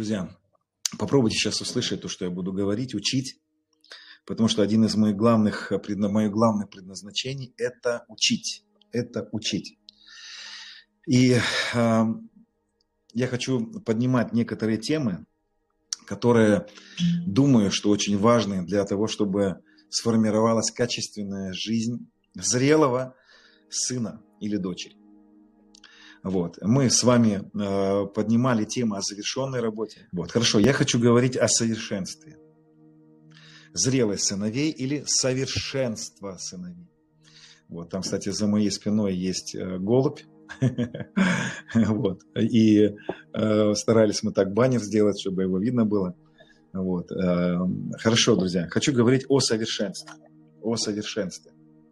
Друзья, попробуйте сейчас услышать то, что я буду говорить, учить, потому что один из моих главных предназначений – это учить. Это учить. И я хочу поднимать некоторые темы, которые, думаю, что очень важны для того, чтобы сформировалась качественная жизнь зрелого сына или дочери. Вот. Мы с вами поднимали тему о завершенной работе. Вот. Хорошо, я хочу говорить о совершенстве. Зрелость сыновей или совершенство сыновей. Вот. Там, кстати, за моей спиной есть голубь. Вот. И старались мы так баннер сделать, чтобы его видно было. Вот. Хорошо, друзья. Хочу говорить о совершенстве. О совершенстве.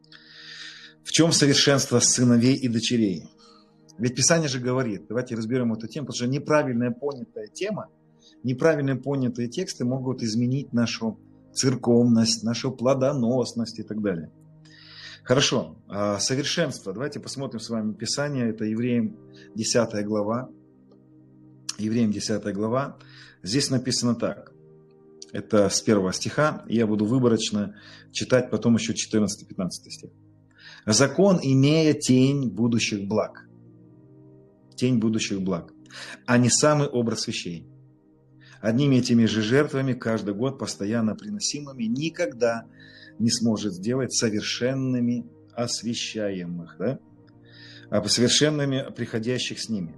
В чем совершенство сыновей и дочерей? Ведь Писание же говорит, давайте разберем эту тему, потому что неправильно понятая тема, неправильно понятые тексты могут изменить нашу церковность, нашу плодоносность и так далее. Хорошо, совершенство. Давайте посмотрим с вами Писание, это Евреям 10 глава. Евреям 10 глава. Здесь написано так. Это с 1 стиха, и я буду выборочно читать потом еще 14-15 стих. «Закон, имея тень будущих благ». Тень будущих благ, а не самый образ вещей. Одними этими же жертвами каждый год постоянно приносимыми никогда не сможет сделать совершенными освящаемых, да? А совершенными приходящих с ними.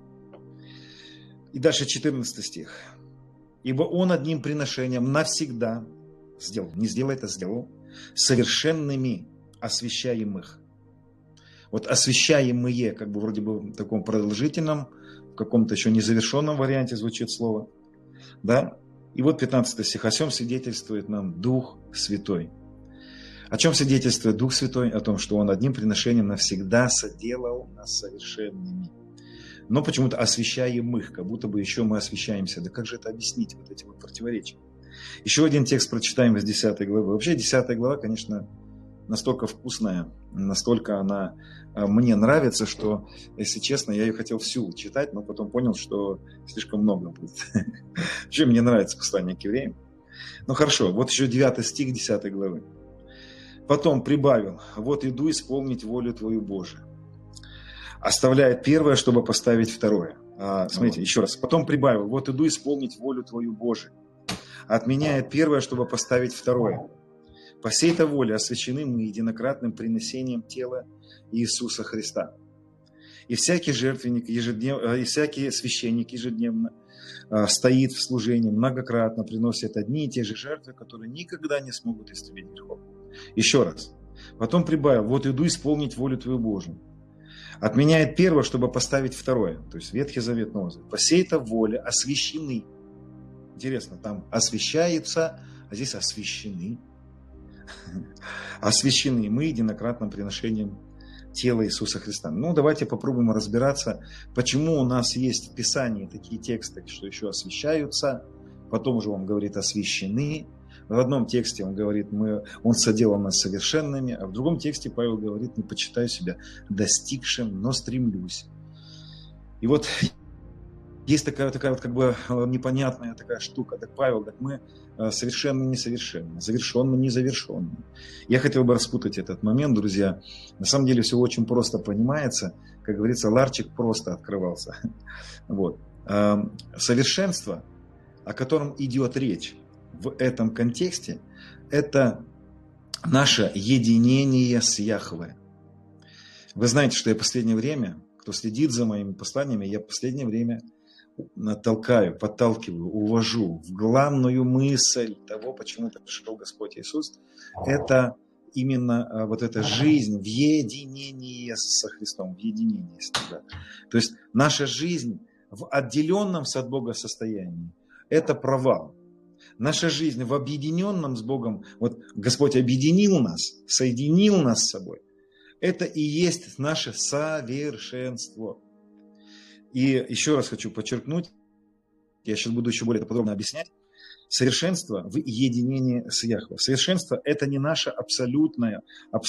И дальше 14 стих. Ибо он одним приношением навсегда сделал, не сделает, а сделал, совершенными освящаемых. Вот освящаемые, как бы вроде бы в таком продолжительном, в каком-то еще незавершенном варианте звучит слово. Да? И вот 15 стих. О чем свидетельствует нам Дух Святой? О чем свидетельствует Дух Святой? О том, что Он одним приношением навсегда соделал нас совершенными. Но почему-то освящаемых, как будто бы еще мы освящаемся. Да как же это объяснить, вот эти вот противоречия? Еще один текст прочитаем из 10 главы. Вообще 10 глава, конечно, настолько вкусная, настолько она мне нравится, что, если честно, я ее хотел всю читать, но потом понял, что слишком много будет. Вообще мне нравится послание к евреям. Ну хорошо, вот еще 9 стих 10 главы. Потом прибавил: вот иду исполнить волю Твою, Божию. Оставляет первое, чтобы поставить второе. Смотрите, еще раз. Потом прибавил: вот иду исполнить волю Твою, Божию. Отменяет первое, чтобы поставить второе. По сей-то воле освящены мы единократным принесением тела Иисуса Христа. И всякий жертвенник ежедневно, и всякий священник ежедневно стоит в служении, многократно приносит одни и те же жертвы, которые никогда не смогут истребить грехов. Еще раз. Потом прибавил: вот иду исполнить волю Твою Божию. Отменяет первое, чтобы поставить второе. То есть Ветхий Завет, Новый Завет. По сей-то воле освящены. Интересно, там освящаются, а здесь освящены. Освящены мы единократным приношением тела Иисуса Христа. Ну, давайте попробуем разбираться, почему у нас есть в Писании такие тексты, что еще освящаются, потом уже он говорит освящены. В одном тексте он говорит, он соделал нас совершенными, а в другом тексте Павел говорит, не почитаю себя достигшим, но стремлюсь. И вот есть такая вот как бы непонятная такая штука. Так Павел, так мы совершенно несовершенны, завершенно незавершенны. Я хотел бы распутать этот момент, друзья. На самом деле все очень просто понимается. Как говорится, ларчик просто открывался. Вот. Совершенство, о котором идет речь в этом контексте, это наше единение с Яхве. Вы знаете, что я в последнее время, кто следит за моими посланиями, я в последнее время толкаю, подталкиваю, увожу в главную мысль того, почему пришел Господь Иисус, это именно вот эта жизнь в единении со Христом, в единении с Ним. Да. То есть наша жизнь в отделенном от Бога состоянии – это провал. Наша жизнь в объединенном с Богом, вот Господь объединил нас, соединил нас с собой, это и есть наше совершенство. И еще раз хочу подчеркнуть, я сейчас буду еще более подробно объяснять, совершенство в единении с Яхве. Совершенство – это не наша абсолютно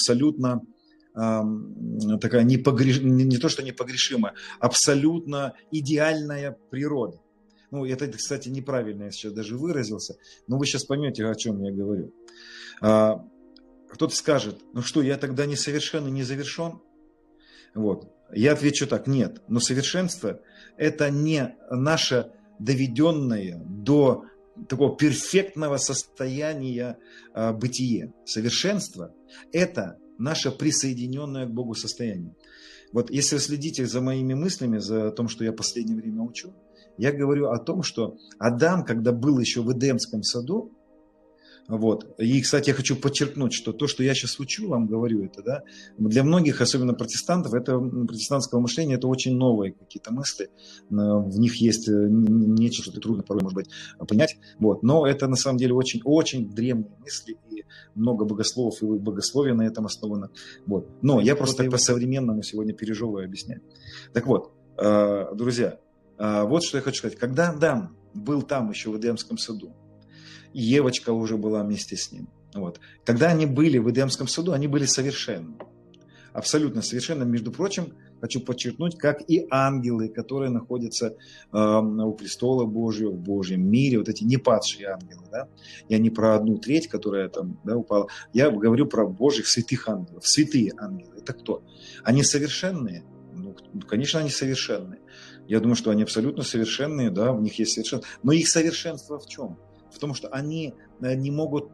такая не то что непогрешимая, абсолютно идеальная природа. Ну, это, кстати, неправильно я сейчас даже выразился, но вы сейчас поймете, о чем я говорю. Кто-то скажет, ну что, я тогда несовершен и не завершен? Вот. Я отвечу так, нет. Но совершенство – это не наше доведенное до такого перфектного состояния бытие. Совершенство – это наше присоединенное к Богу состояние. Вот если вы следите за моими мыслями, за том, что я в последнее время учу, я говорю о том, что Адам, когда был еще в Эдемском саду, вот. И, кстати, я хочу подчеркнуть, что то, что я сейчас учу, вам говорю это, да, для многих, особенно протестантов, это протестантского мышления, это очень новые какие-то мысли. В них есть нечто, что трудно порой, может быть, понять. Вот. Но это на самом деле очень древние мысли, и много богословов и богословия на этом основано. Вот. Но я просто так по-современному сегодня пережевываю и объясняю. Так вот, друзья, вот что я хочу сказать. Когда Адам был там еще в Эдемском саду, и Евочка уже была вместе с ним. Вот. Когда они были в Эдемском саду, они были совершенны. Абсолютно совершенно. Между прочим, хочу подчеркнуть, как и ангелы, которые находятся у престола Божьего, в Божьем мире, вот эти непадшие ангелы. Да? Я не про 1/3, которая там, да, упала. Я говорю про Божьих святых ангелов. Святые ангелы. Это кто? Они совершенные? Ну, конечно, они совершенные. Я думаю, что они абсолютно совершенные, да, в них есть совершенство. Но их совершенство в чем? В том, что они не могут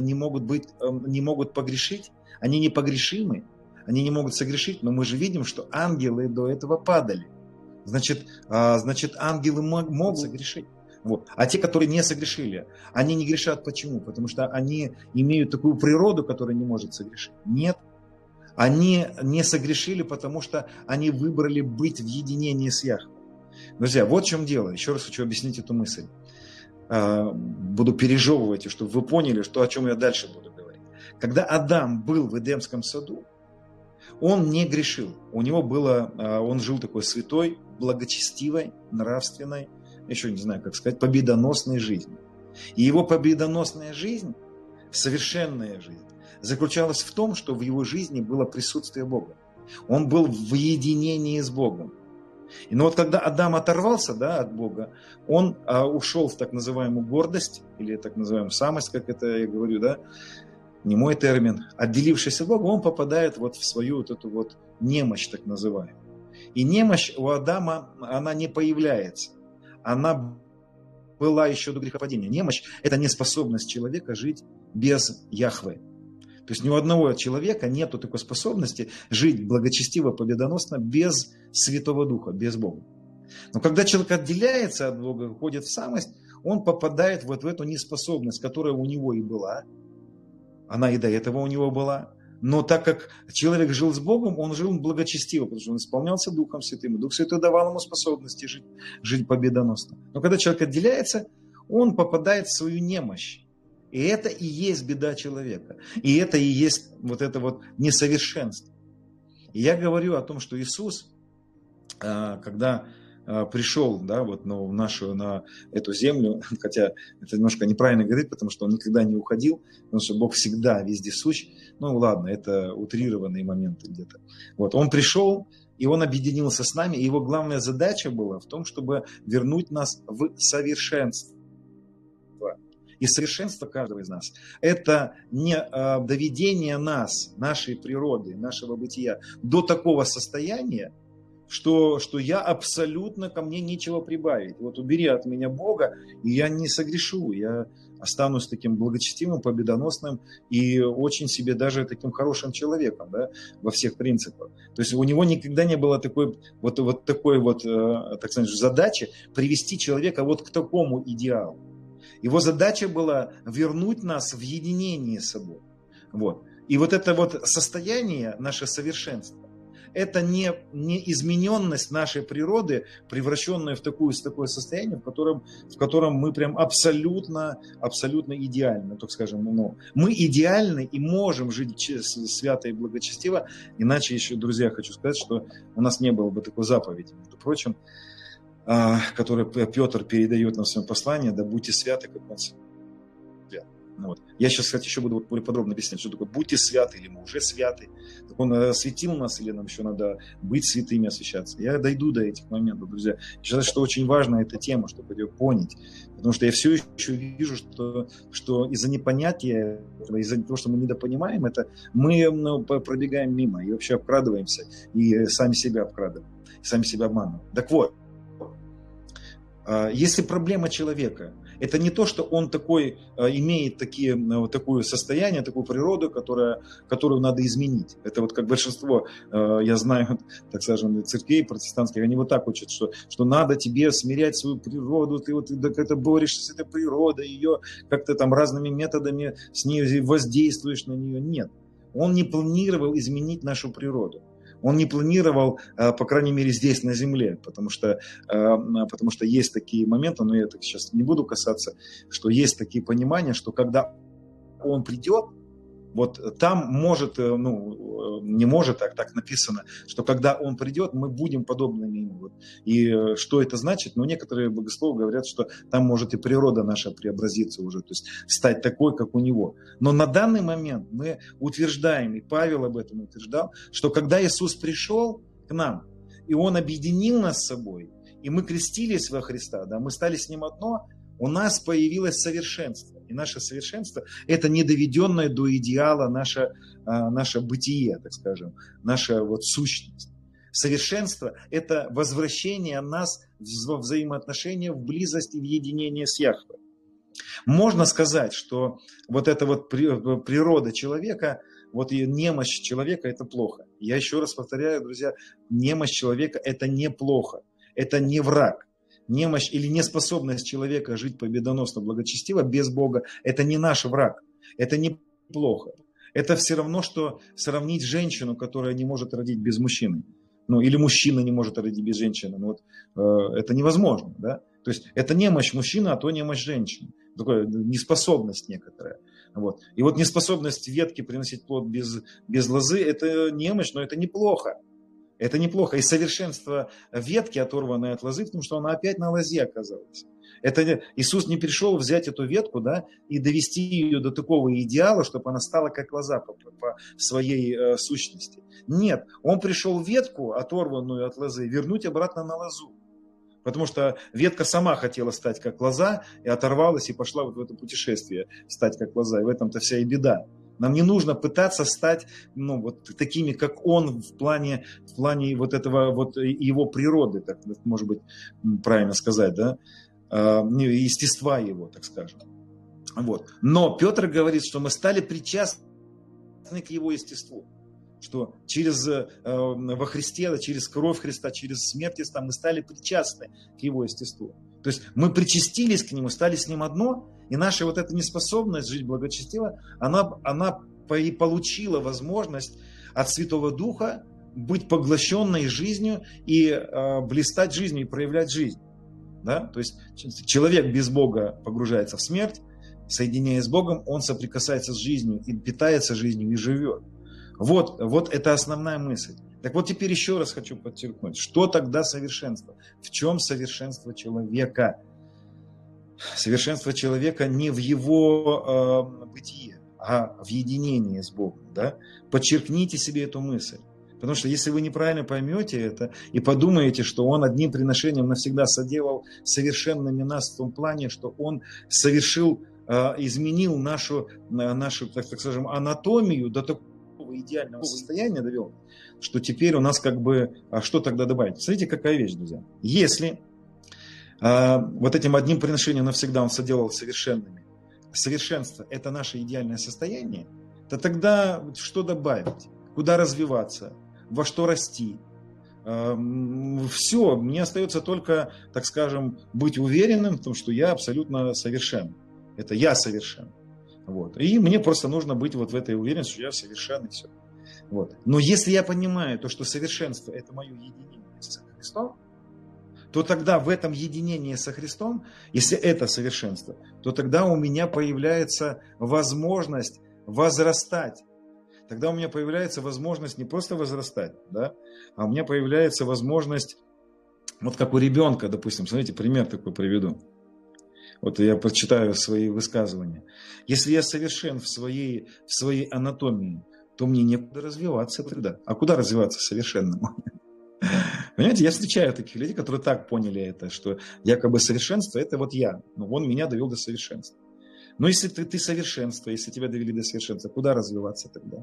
погрешить, они непогрешимы, они не могут согрешить, но мы же видим, что ангелы до этого падали. Значит, ангелы могут согрешить. Вот. А те, которые не согрешили, они не грешат. Почему? Потому что они имеют такую природу, которая не может согрешить. Нет. Они не согрешили, потому что они выбрали быть в единении с Яхве. Друзья, вот в чем дело. Еще раз хочу объяснить эту мысль. Буду пережевывать, чтобы вы поняли, что, о чем я дальше буду говорить. Когда Адам был в Эдемском саду, он не грешил. У него было, он жил такой святой, благочестивой, нравственной, еще не знаю, как сказать, победоносной жизнью. И его победоносная жизнь, совершенная жизнь, заключалась в том, что в его жизни было присутствие Бога. Он был в единении с Богом. И но вот когда Адам оторвался, да, от Бога, он ушел в так называемую гордость, или так называемую самость, как это я говорю, да, не мой термин, отделившись от Бога, он попадает вот в свою вот эту вот немощь, так называемую. И немощь у Адама, она не появляется. Она была еще до грехопадения. Немощь – это неспособность человека жить без Яхве. То есть ни у одного человека нет такой способности жить благочестиво, победоносно, без Святого Духа, без Бога. Но когда человек отделяется от Бога, уходит в самость, он попадает вот в эту неспособность, которая у него и была. Она и до этого у него была. Но так как человек жил с Богом, он жил благочестиво, потому что он исполнялся Духом Святым. И Дух Святой давал ему способности жить победоносно. Но когда человек отделяется, он попадает в свою немощь. И это и есть беда человека. И это и есть вот это вот несовершенство. И я говорю о том, что Иисус, когда пришел, да, вот, на эту землю, хотя это немножко неправильно говорить, потому что он никогда не уходил, потому что Бог всегда везде сущ. Ну ладно, это утрированные моменты где-то. Вот, он пришел, и он объединился с нами, и его главная задача была в том, чтобы вернуть нас в совершенство. И совершенство каждого из нас – это не доведение нас, нашей природы, нашего бытия до такого состояния, что я абсолютно, ко мне нечего прибавить. Вот убери от меня Бога, и я не согрешу, я останусь таким благочестивым, победоносным и очень себе даже таким хорошим человеком, да, во всех принципах. То есть у него никогда не было такой так сказать, задачи привести человека вот к такому идеалу. Его задача была вернуть нас в единение с собой. Вот. И вот это вот состояние, наше совершенство, это не измененность нашей природы, превращенная в такое состояние, в котором мы прям абсолютно идеальны, так скажем. Мы идеальны и можем жить свято и благочестиво. Иначе еще, друзья, хочу сказать, что у нас не было бы такой заповеди, между прочим, который Петр передает нам в своем послании: да будьте святы, как он свят. Вот. Я сейчас, кстати, еще буду вот более подробно объяснять, что такое «будьте святы» или «мы уже святы». Так он осветил нас или нам еще надо быть святыми, освящаться? Я дойду до этих моментов, друзья. Я считаю, что очень важна эта тема, чтобы ее понять. Потому что я все еще вижу, что из-за непонятия, из-за того, что мы недопонимаем это, мы пробегаем мимо и вообще обкрадываемся, и сами себя обкрадываем, и сами себя обманываем. Так вот, если проблема человека – это не то, что он такой, имеет такое состояние, такую природу, которую надо изменить. Это вот как большинство, я знаю, так скажем, церквей протестантских, они вот так учат, что надо тебе смирять свою природу, ты вот как-то борешься с этой природой, ее как-то там разными методами с ней воздействуешь на нее. Нет, он не планировал изменить нашу природу. Он не планировал, по крайней мере, здесь, на земле, потому что есть такие моменты, но я так сейчас не буду касаться, что есть такие понимания, что когда он придет, вот там может, не может, так написано, что когда он придет, мы будем подобными ему. И что это значит? Некоторые богословы говорят, что там может и природа наша преобразиться уже, то есть стать такой, как у него. Но на данный момент мы утверждаем, и Павел об этом утверждал, что когда Иисус пришел к нам, и Он объединил нас с собой, и мы крестились во Христа, да, мы стали с Ним одно, у нас появилось совершенство. И наше совершенство – это недоведенное до идеала наше бытие, так скажем, наша вот сущность. Совершенство – это возвращение нас во взаимоотношения, в близость и в единение с Яхве. Можно сказать, что вот эта вот природа человека, вот и немощь человека – это плохо. Я еще раз повторяю, друзья, немощь человека – это неплохо, это не враг. Немощь или неспособность человека жить победоносно, благочестиво без Бога – это не наш враг, это неплохо. Это все равно, что сравнить женщину, которая не может родить без мужчины. Или мужчина не может родить без женщины. Это невозможно. Да? То есть это немощь мужчины, а то немощь женщины. Такая неспособность некоторая. Вот. И вот неспособность ветки приносить плод без лозы – это немощь, но это неплохо. Это неплохо. И совершенство ветки, оторванной от лозы, потому что она опять на лозе оказалась. Иисус не пришел взять эту ветку, да, и довести ее до такого идеала, чтобы она стала как лоза по своей сущности. Нет, Он пришел ветку, оторванную от лозы, вернуть обратно на лозу. Потому что ветка сама хотела стать как лоза, и оторвалась, и пошла вот в это путешествие стать как лоза. И в этом-то вся и беда. Нам не нужно пытаться стать вот такими, как он, в плане вот этого, вот его природы, так может быть правильно сказать, да, естества его, так скажем. Вот. Но Петр говорит, что мы стали причастны к его естеству, что во Христе, через кровь Христа, через смерть Христа мы стали причастны к его естеству. То есть мы причастились к нему, стали с ним одно, и наша вот эта неспособность жить благочестиво, она получила возможность от Святого Духа быть поглощенной жизнью и блистать жизнью, и проявлять жизнь. Да? То есть человек без Бога погружается в смерть, соединяясь с Богом, он соприкасается с жизнью, и питается жизнью, и живет. Вот это основная мысль. Так вот теперь еще раз хочу подчеркнуть, что тогда совершенство? В чем совершенство человека? Совершенство человека не в его бытие, а в единении с Богом. Да? Подчеркните себе эту мысль. Потому что если вы неправильно поймете это и подумаете, что Он одним приношением навсегда соделал совершенными нас в том плане, что Он изменил нашу так скажем, анатомию до такого идеального состояния довел, что теперь у нас что тогда добавить? Смотрите, какая вещь, друзья. Если вот этим одним приношением навсегда Он соделал совершенными, совершенство – это наше идеальное состояние, то тогда что добавить? Куда развиваться? Во что расти? Все, мне остается только, так скажем, быть уверенным в том, что я абсолютно совершен. Это я совершен. Вот. И мне просто нужно быть вот в этой уверенности, что я совершен и все. Вот. Но если я понимаю то, что совершенство – это мое единение с Христом, то тогда в этом единении со Христом, если это совершенство, то тогда у меня появляется возможность возрастать. Тогда у меня появляется возможность не просто возрастать, да, а у меня появляется возможность, вот как у ребенка, допустим, смотрите, пример такой приведу. Вот я прочитаю свои высказывания. Если я совершен в своей анатомии, то мне некуда развиваться тогда. А куда развиваться совершенному? Понимаете, я встречаю таких людей, которые так поняли это, что якобы совершенство – это вот я. Ну, он меня довел до совершенства. Но если ты совершенство, если тебя довели до совершенства, куда развиваться тогда?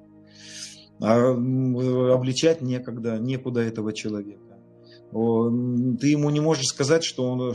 Обличать некуда этого человека. Ты ему не можешь сказать, что он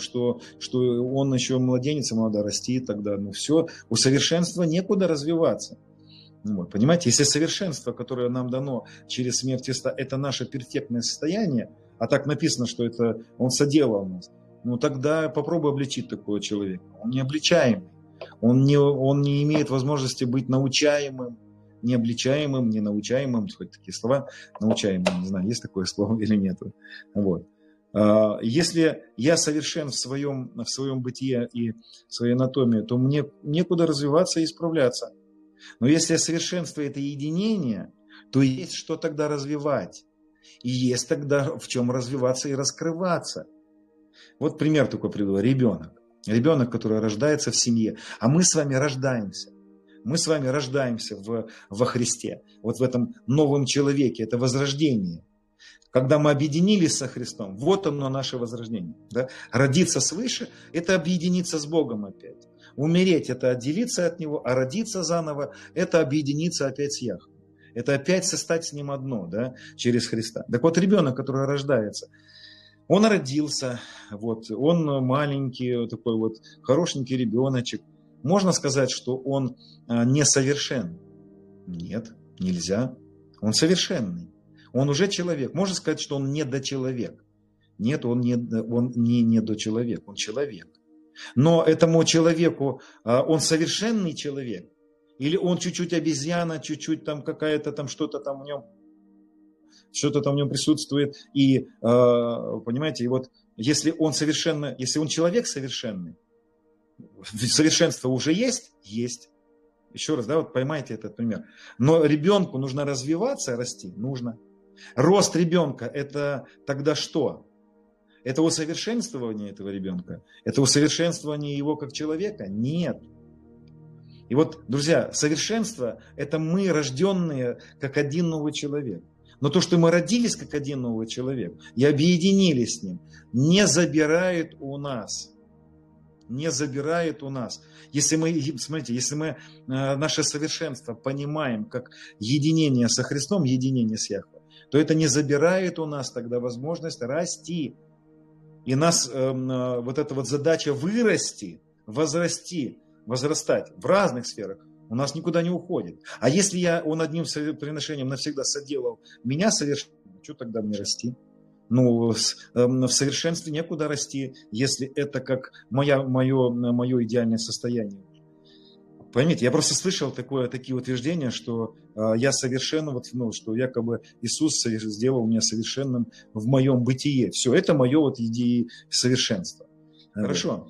еще младенец, ему надо расти тогда. Ну все, у совершенства некуда развиваться. Вот, понимаете, если совершенство, которое нам дано через смерть Христа, это наше перфектное состояние, а так написано, что это он соделал нас, ну тогда попробуй обличить такого человека. Он не обличаемый, он не имеет возможности быть научаемым, не обличаемым, не научаемым, хоть такие слова, научаемым, не знаю, есть такое слово или нет. Вот. Если я совершен в своем бытие и в своей анатомии, то мне некуда развиваться и исправляться. Но если совершенство – это единение, то есть что тогда развивать. И есть тогда в чем развиваться и раскрываться. Вот пример такой приведу. Ребенок. Ребенок, который рождается в семье. А мы с вами рождаемся. Мы с вами рождаемся во Христе. Вот в этом новом человеке. Это возрождение. Когда мы объединились со Христом, вот оно наше возрождение. Да? Родиться свыше – это объединиться с Богом опять. Умереть – это отделиться от Него, а родиться заново – это объединиться опять с Яхве. Это опять состать с Ним одно, да, через Христа. Так вот, ребенок, который рождается, он родился, вот, он маленький, такой вот хорошенький ребеночек. Можно сказать, что он несовершенный? Нет, нельзя. Он совершенный. Он уже человек. Можно сказать, что он недочеловек. Нет, он не недочеловек, он человек. Но этому человеку, он совершенный человек? Или он чуть-чуть обезьяна, чуть-чуть там какая-то там что-то там в нем присутствует? И, понимаете, и вот если он человек совершенный, совершенство уже есть? Есть. Еще раз, да, вот поймайте этот пример. Но ребенку нужно развиваться, расти? Нужно. Рост ребенка – это тогда что? Это усовершенствование этого ребенка? Это усовершенствование его как человека? Нет. И вот, друзья, совершенство – это мы, рожденные как один новый человек. Но то, что мы родились как один новый человек и объединились с ним, не забирает у нас. Не забирает у нас. Если мы наше совершенство понимаем как единение со Христом, единение с Яхве, то это не забирает у нас тогда возможность расти. И нас вот эта вот задача вырасти, возрастать в разных сферах у нас никуда не уходит. А если он одним приношением навсегда соделал меня совершенно, что тогда мне расти? Ну, в совершенстве некуда расти, если это как мое идеальное состояние. Поймите, я просто слышал такие утверждения, что я совершенно, что якобы Иисус сделал меня совершенным в моем бытие. Все, это мое идея совершенства. Хорошо.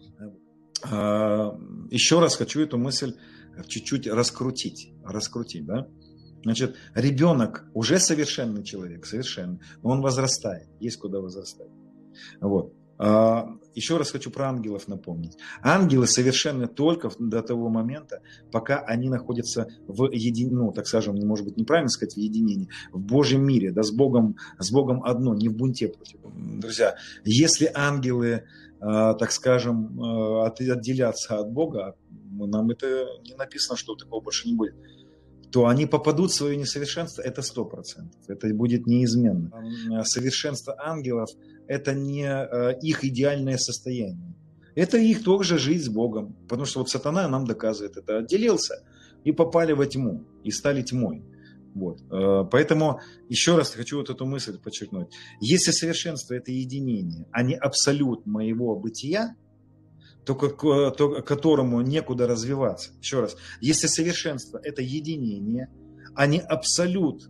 Еще раз хочу эту мысль чуть-чуть раскрутить, да? Значит, ребенок уже совершенный человек, совершенный, но он возрастает, есть куда возрастать. Вот. Еще раз хочу про ангелов напомнить. Ангелы совершенны только до того момента, пока они находятся в единении, так скажем, может быть неправильно сказать, в единении, в Божьем мире, да, с Богом одно, не в бунте против. Друзья, если ангелы, так скажем, отделятся от Бога, нам это не написано, что такого больше не будет, то они попадут в свое несовершенство, это 100%. Это будет неизменно. Совершенство ангелов – это не их идеальное состояние. Это их тоже жизнь с Богом. Потому что вот сатана нам доказывает это. Отделился и попали во тьму, и стали тьмой. Вот. Поэтому еще раз хочу вот эту мысль подчеркнуть. Если совершенство – это единение, а не абсолют моего бытия, то которому некуда развиваться. Еще раз, если совершенство – это единение, а не абсолют,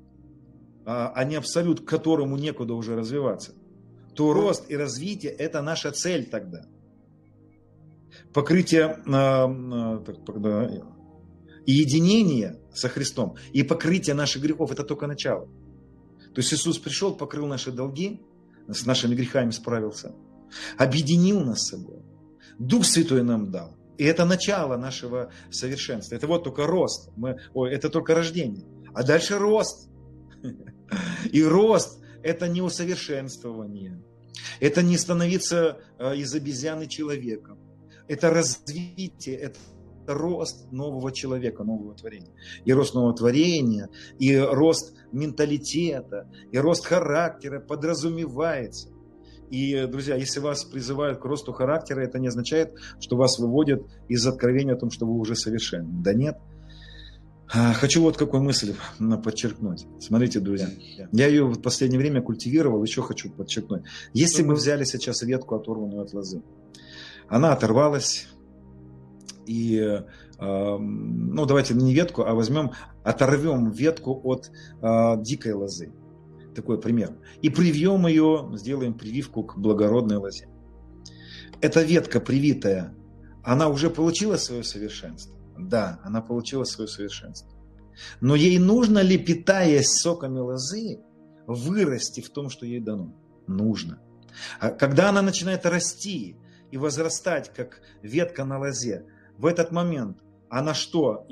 к которому некуда уже развиваться, то рост и развитие – это наша цель тогда. Покрытие и единение со Христом, и покрытие наших грехов – это только начало. То есть Иисус пришел, покрыл наши долги, с нашими грехами справился, объединил нас с собой, Дух Святой нам дал. И это начало нашего совершенства. Это вот только рост. Это только рождение. А дальше рост. И рост – это не усовершенствование. Это не становиться из обезьяны человеком. Это развитие, это рост нового человека, нового творения. И рост нового творения, и рост менталитета, и рост характера подразумевается. И, друзья, если вас призывают к росту характера, это не означает, что вас выводят из откровения о том, что вы уже совершенны. Да нет. Хочу вот какую мысль подчеркнуть. Смотрите, друзья, я ее в последнее время культивировал, еще хочу подчеркнуть. Если бы взяли сейчас ветку, оторванную от лозы, она оторвалась, и, ну, давайте не ветку, а оторвем ветку от дикой лозы. Такой пример. И привьем ее, сделаем прививку к благородной лозе. Эта ветка привитая, она уже получила свое совершенство? Да, она получила свое совершенство. Но ей нужно ли, питаясь соками лозы, вырасти в том, что ей дано? Нужно. А когда она начинает расти и возрастать, как ветка на лозе, в этот момент она что,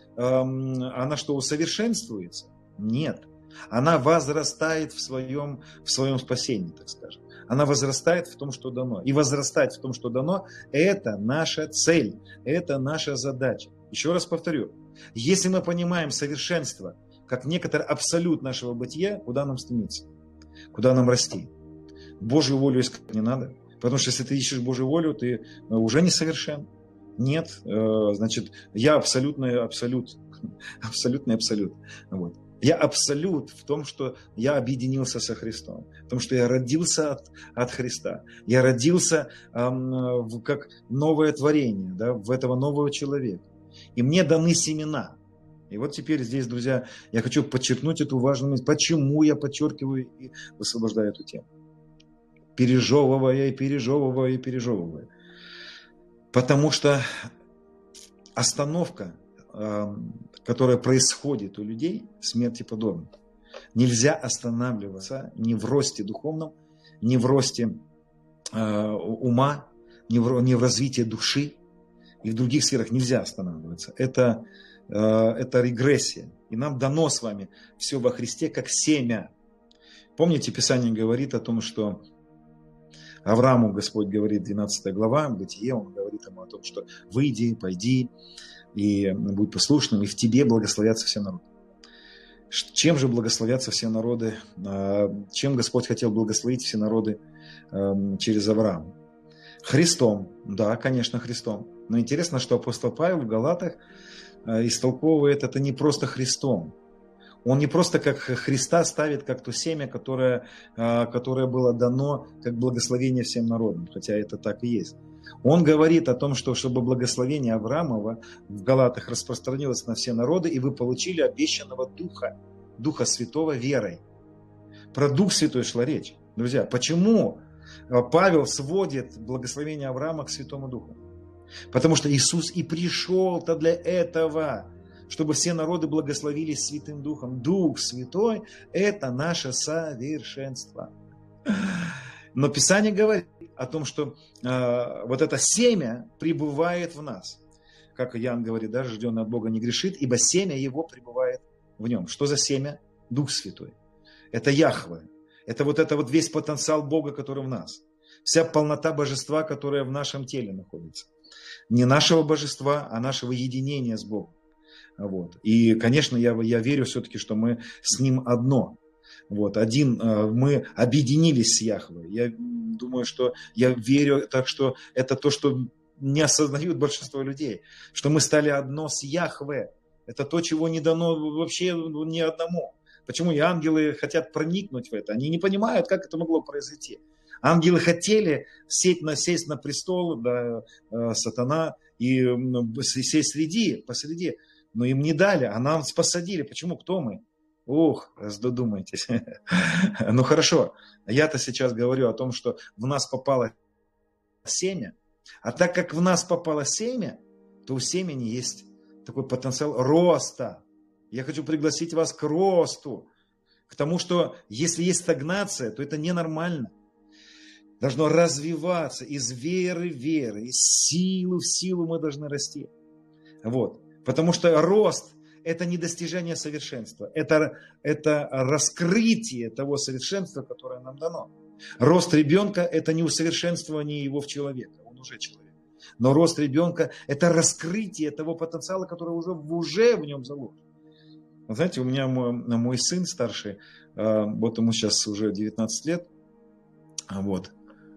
усовершенствуется? Нет. Она возрастает в своем спасении, так скажем. Она возрастает в том, что дано. И возрастать в том, что дано, это наша цель, это наша задача. Еще раз повторю, если мы понимаем совершенство как некоторый абсолют нашего бытия, куда нам стремиться? Куда нам расти? Божью волю искать не надо. Потому что если ты ищешь Божью волю, ты уже несовершен. Нет, значит, я абсолютный абсолют. Абсолютный абсолют. Вот. Я абсолют в том, что я объединился со Христом, в том, что я родился от Христа. Я родился как новое творение, да, в этого нового человека. И мне даны семена. И вот теперь здесь, друзья, я хочу подчеркнуть эту важную мысль. Почему я подчеркиваю и высвобождаю эту тему? Пережевывая. Потому что остановка, которая происходит у людей, смерти подобна. Нельзя останавливаться ни в росте духовном, ни в росте ума, ни в развитии души. И в других сферах нельзя останавливаться. Это регрессия. И нам дано с вами все во Христе как семя. Помните, Писание говорит о том, что Аврааму Господь говорит, 12 глава, Бытие, он говорит ему о том, что выйди, пойди, и будь послушным, и в тебе благословятся все народы. Чем же благословятся все народы? Чем Господь хотел благословить все народы через Авраама? Христом. Да, конечно, Христом. Но интересно, что апостол Павел в Галатах истолковывает это не просто Христом. Он не просто как Христа ставит как то семя, которое было дано как благословение всем народам, хотя это так и есть. Он говорит о том, что чтобы благословение Авраамова в Галатах распространилось на все народы, и вы получили обещанного Духа, Духа Святого верой. Про Дух Святой шла речь. Друзья, почему Павел сводит благословение Авраама к Святому Духу? Потому что Иисус и пришел-то для этого, чтобы все народы благословились Святым Духом. Дух Святой – это наше совершенство. Но Писание говорит о том, что вот это семя пребывает в нас. Как Иоанн говорит, да, рожденный от Бога не грешит, ибо семя его пребывает в нем. Что за семя? Дух Святой. Это Яхве. Это вот весь потенциал Бога, который в нас. Вся полнота божества, которая в нашем теле находится. Не нашего божества, а нашего единения с Богом. Вот. И, конечно, я верю все-таки, что мы с Ним одно. Вот. Мы объединились с Яхве. Я думаю, что я верю, так что это то, что не осознают большинство людей. Что мы стали одно с Яхве. Это то, чего не дано вообще ни одному. Почему и ангелы хотят проникнуть в это? Они не понимают, как это могло произойти. Ангелы хотели сесть на престол, да, сатана, и сесть посреди, но им не дали, а нам посадили. Почему? Кто мы? Ух, додумайтесь. Ну хорошо, я-то сейчас говорю о том, что в нас попало семя, а так как в нас попало семя, то у семени есть такой потенциал роста. Я хочу пригласить вас к росту, к тому, что если есть стагнация, то это ненормально. должно развиваться из веры в веру, из силы в силу мы должны расти. Вот. Потому что рост – это не достижение совершенства, это раскрытие того совершенства, которое нам дано. Рост ребенка – это не усовершенствование его в человека, он уже человек. Но рост ребенка – это раскрытие того потенциала, который уже в нем заложен. Вы знаете, у меня мой сын старший, вот ему сейчас уже 19 лет, вот.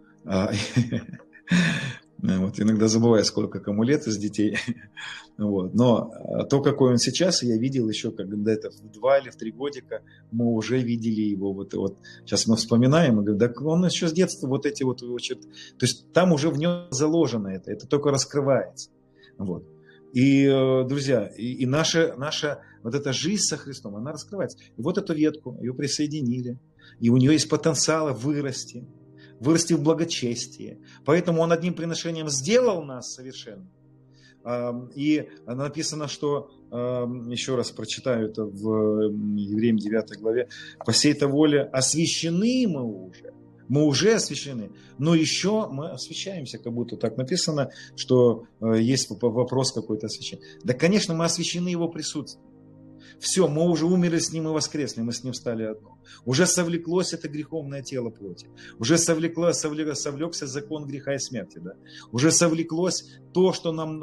Вот, иногда забываю, сколько кому лет из детей. Вот. Но то, какой он сейчас, я видел еще, когда это в 2 или в 3 годика, мы уже видели его. Вот. Сейчас мы вспоминаем, и говорим, да он еще с детства вот эти вот его черты. То есть там уже в нем заложено это только раскрывается. Вот. И, друзья, и наша вот эта жизнь со Христом, она раскрывается. И вот эту ветку, ее присоединили, и у нее есть потенциал вырасти в благочестие. Поэтому он одним приношением сделал нас совершенными. И написано, что, еще раз прочитаю это в Евреям 9 главе, по сей-то воле освящены мы уже освящены, но еще мы освящаемся, как будто так написано, что есть вопрос какой-то освящения. Да, конечно, мы освящены его присутствием. Все, мы уже умерли с ним и воскресли, мы с ним стали одно. Уже совлеклось это греховное тело плоти. Уже совлекся закон греха и смерти. Да? Уже совлеклось то, что нам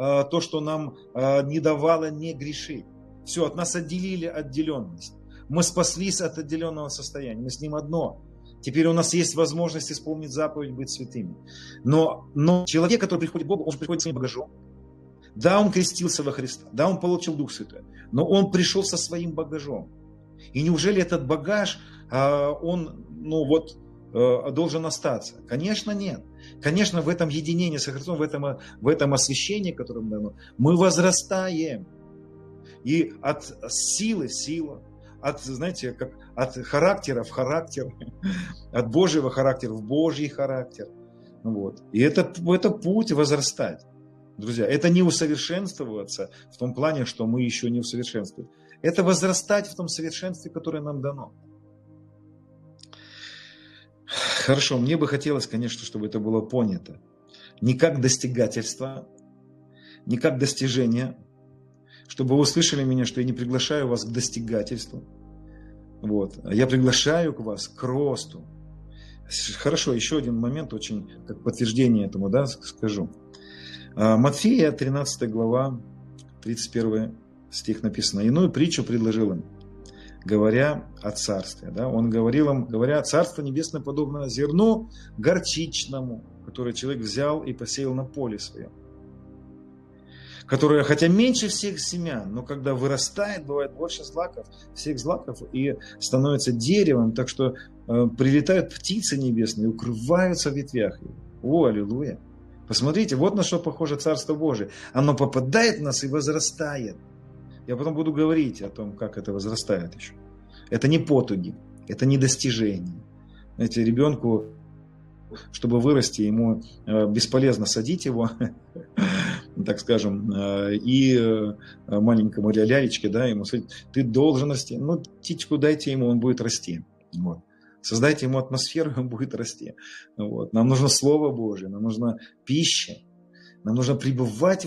не давало не грешить. Все, от нас отделили отделенность. Мы спаслись от отделенного состояния, мы с ним одно. Теперь у нас есть возможность исполнить заповедь быть святыми. Но человек, который приходит к Богу, он же приходит с своим багажом. Да, он крестился во Христа, да, он получил Дух Святой, но он пришел со своим багажом. И неужели этот багаж, он должен остаться? Конечно, нет. Конечно, в этом единении со Христом, в этом освящении, которое нам дано, мы возрастаем. И от силы в силу, от характера в характер, от Божьего характера в Божий характер. Вот. И это путь возрастать. Друзья, это не усовершенствоваться в том плане, что мы еще не усовершенствуем. Это возрастать в том совершенстве, которое нам дано. Хорошо, мне бы хотелось, конечно, чтобы это было понято. Не как достигательство, не как достижение, чтобы вы услышали меня, что я не приглашаю вас к достигательству. Вот. Я приглашаю вас к росту. Хорошо, еще один момент, очень как подтверждение этому, скажу. Матфея, 13 глава, 31 стих написано. «Иную притчу предложил им, говоря о царстве». Да? Он говорил им, говоря, «Царство небесное подобно зерну горчичному, которое человек взял и посеял на поле своем, которое, хотя меньше всех семян, но когда вырастает, бывает больше всех злаков, и становится деревом, так что прилетают птицы небесные и укрываются в ветвях его». О, аллилуйя! Посмотрите, вот на что похоже Царство Божие. Оно попадает в нас и возрастает. Я потом буду говорить о том, как это возрастает еще. Это не потуги, это не достижение. Знаете, ребенку, чтобы вырасти, ему бесполезно садить его, так скажем, и маленькому лялечке, ему сказать, ты должен расти. Птичку дайте ему, он будет расти. Вот. Создайте ему атмосферу, он будет расти. Вот. Нам нужно Слово Божие, нам нужна пища, нам нужно пребывать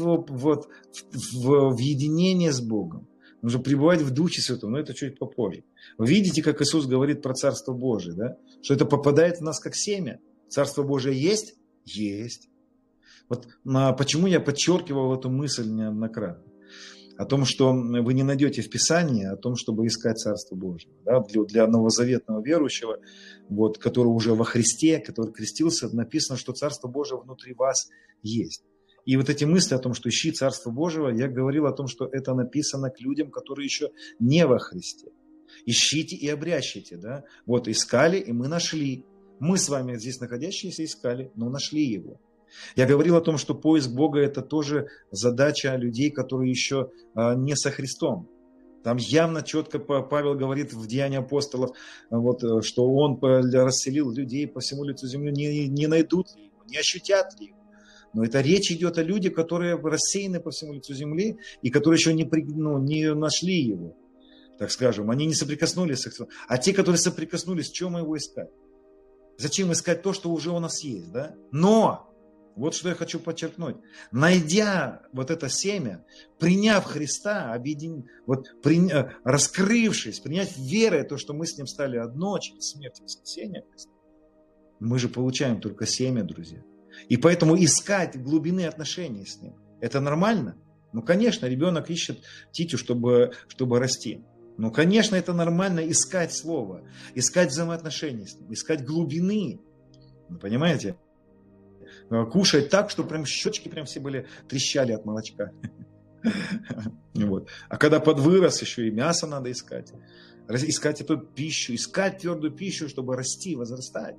в единении с Богом, нужно пребывать в Духе Святом, но это чуть попозже. Вы видите, как Иисус говорит про Царство Божие, да? Что это попадает в нас как семя. Царство Божие есть? Есть. Вот почему я подчеркивал эту мысль неоднократно. О том, что вы не найдете в Писании, о том, чтобы искать Царство Божие. Да? Для новозаветного верующего, который уже во Христе, который крестился, написано, что Царство Божие внутри вас есть. И вот эти мысли о том, что ищи Царство Божьего, я говорил о том, что это написано к людям, которые еще не во Христе. Ищите и обрящите. Да? Вот искали, и мы нашли. Мы с вами здесь находящиеся искали, но нашли его. Я говорил о том, что поиск Бога – это тоже задача людей, которые еще не со Христом. Там явно четко Павел говорит в Деянии апостолов, что он расселил людей по всему лицу земли, не найдут ли его, не ощутят ли его. Но это речь идет о людях, которые рассеяны по всему лицу земли и которые еще не нашли его, так скажем. Они не соприкоснулись с Христом. А те, которые соприкоснулись, в чем его искать? Зачем искать то, что уже у нас есть, да? Но, вот что я хочу подчеркнуть, найдя вот это семя, приняв Христа, раскрывшись, принять верой то, что мы с Ним стали одно через смерть и воскресение Христа, мы же получаем только семя, друзья. И поэтому искать глубины отношений с Ним, это нормально? Ну, конечно, ребенок ищет титю, чтобы расти. Ну, конечно, это нормально искать Слово, искать взаимоотношения с Ним, искать глубины. Вы понимаете? Кушать так, что прям щечки прям все были, трещали от молочка. Вот. А когда подвырос, еще и мясо надо искать. Искать эту пищу, искать твердую пищу, чтобы расти, возрастать.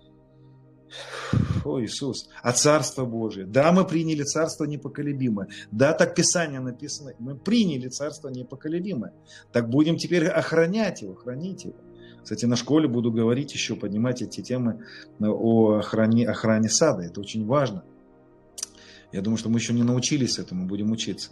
О, Иисус, а Царство Божие? Да, мы приняли Царство непоколебимое. Да, так Писание написано. Мы приняли Царство непоколебимое. Так будем теперь охранять его, хранить его. Кстати, на школе буду говорить еще, поднимать эти темы о охране сада. Это очень важно. Я думаю, что мы еще не научились этому, будем учиться.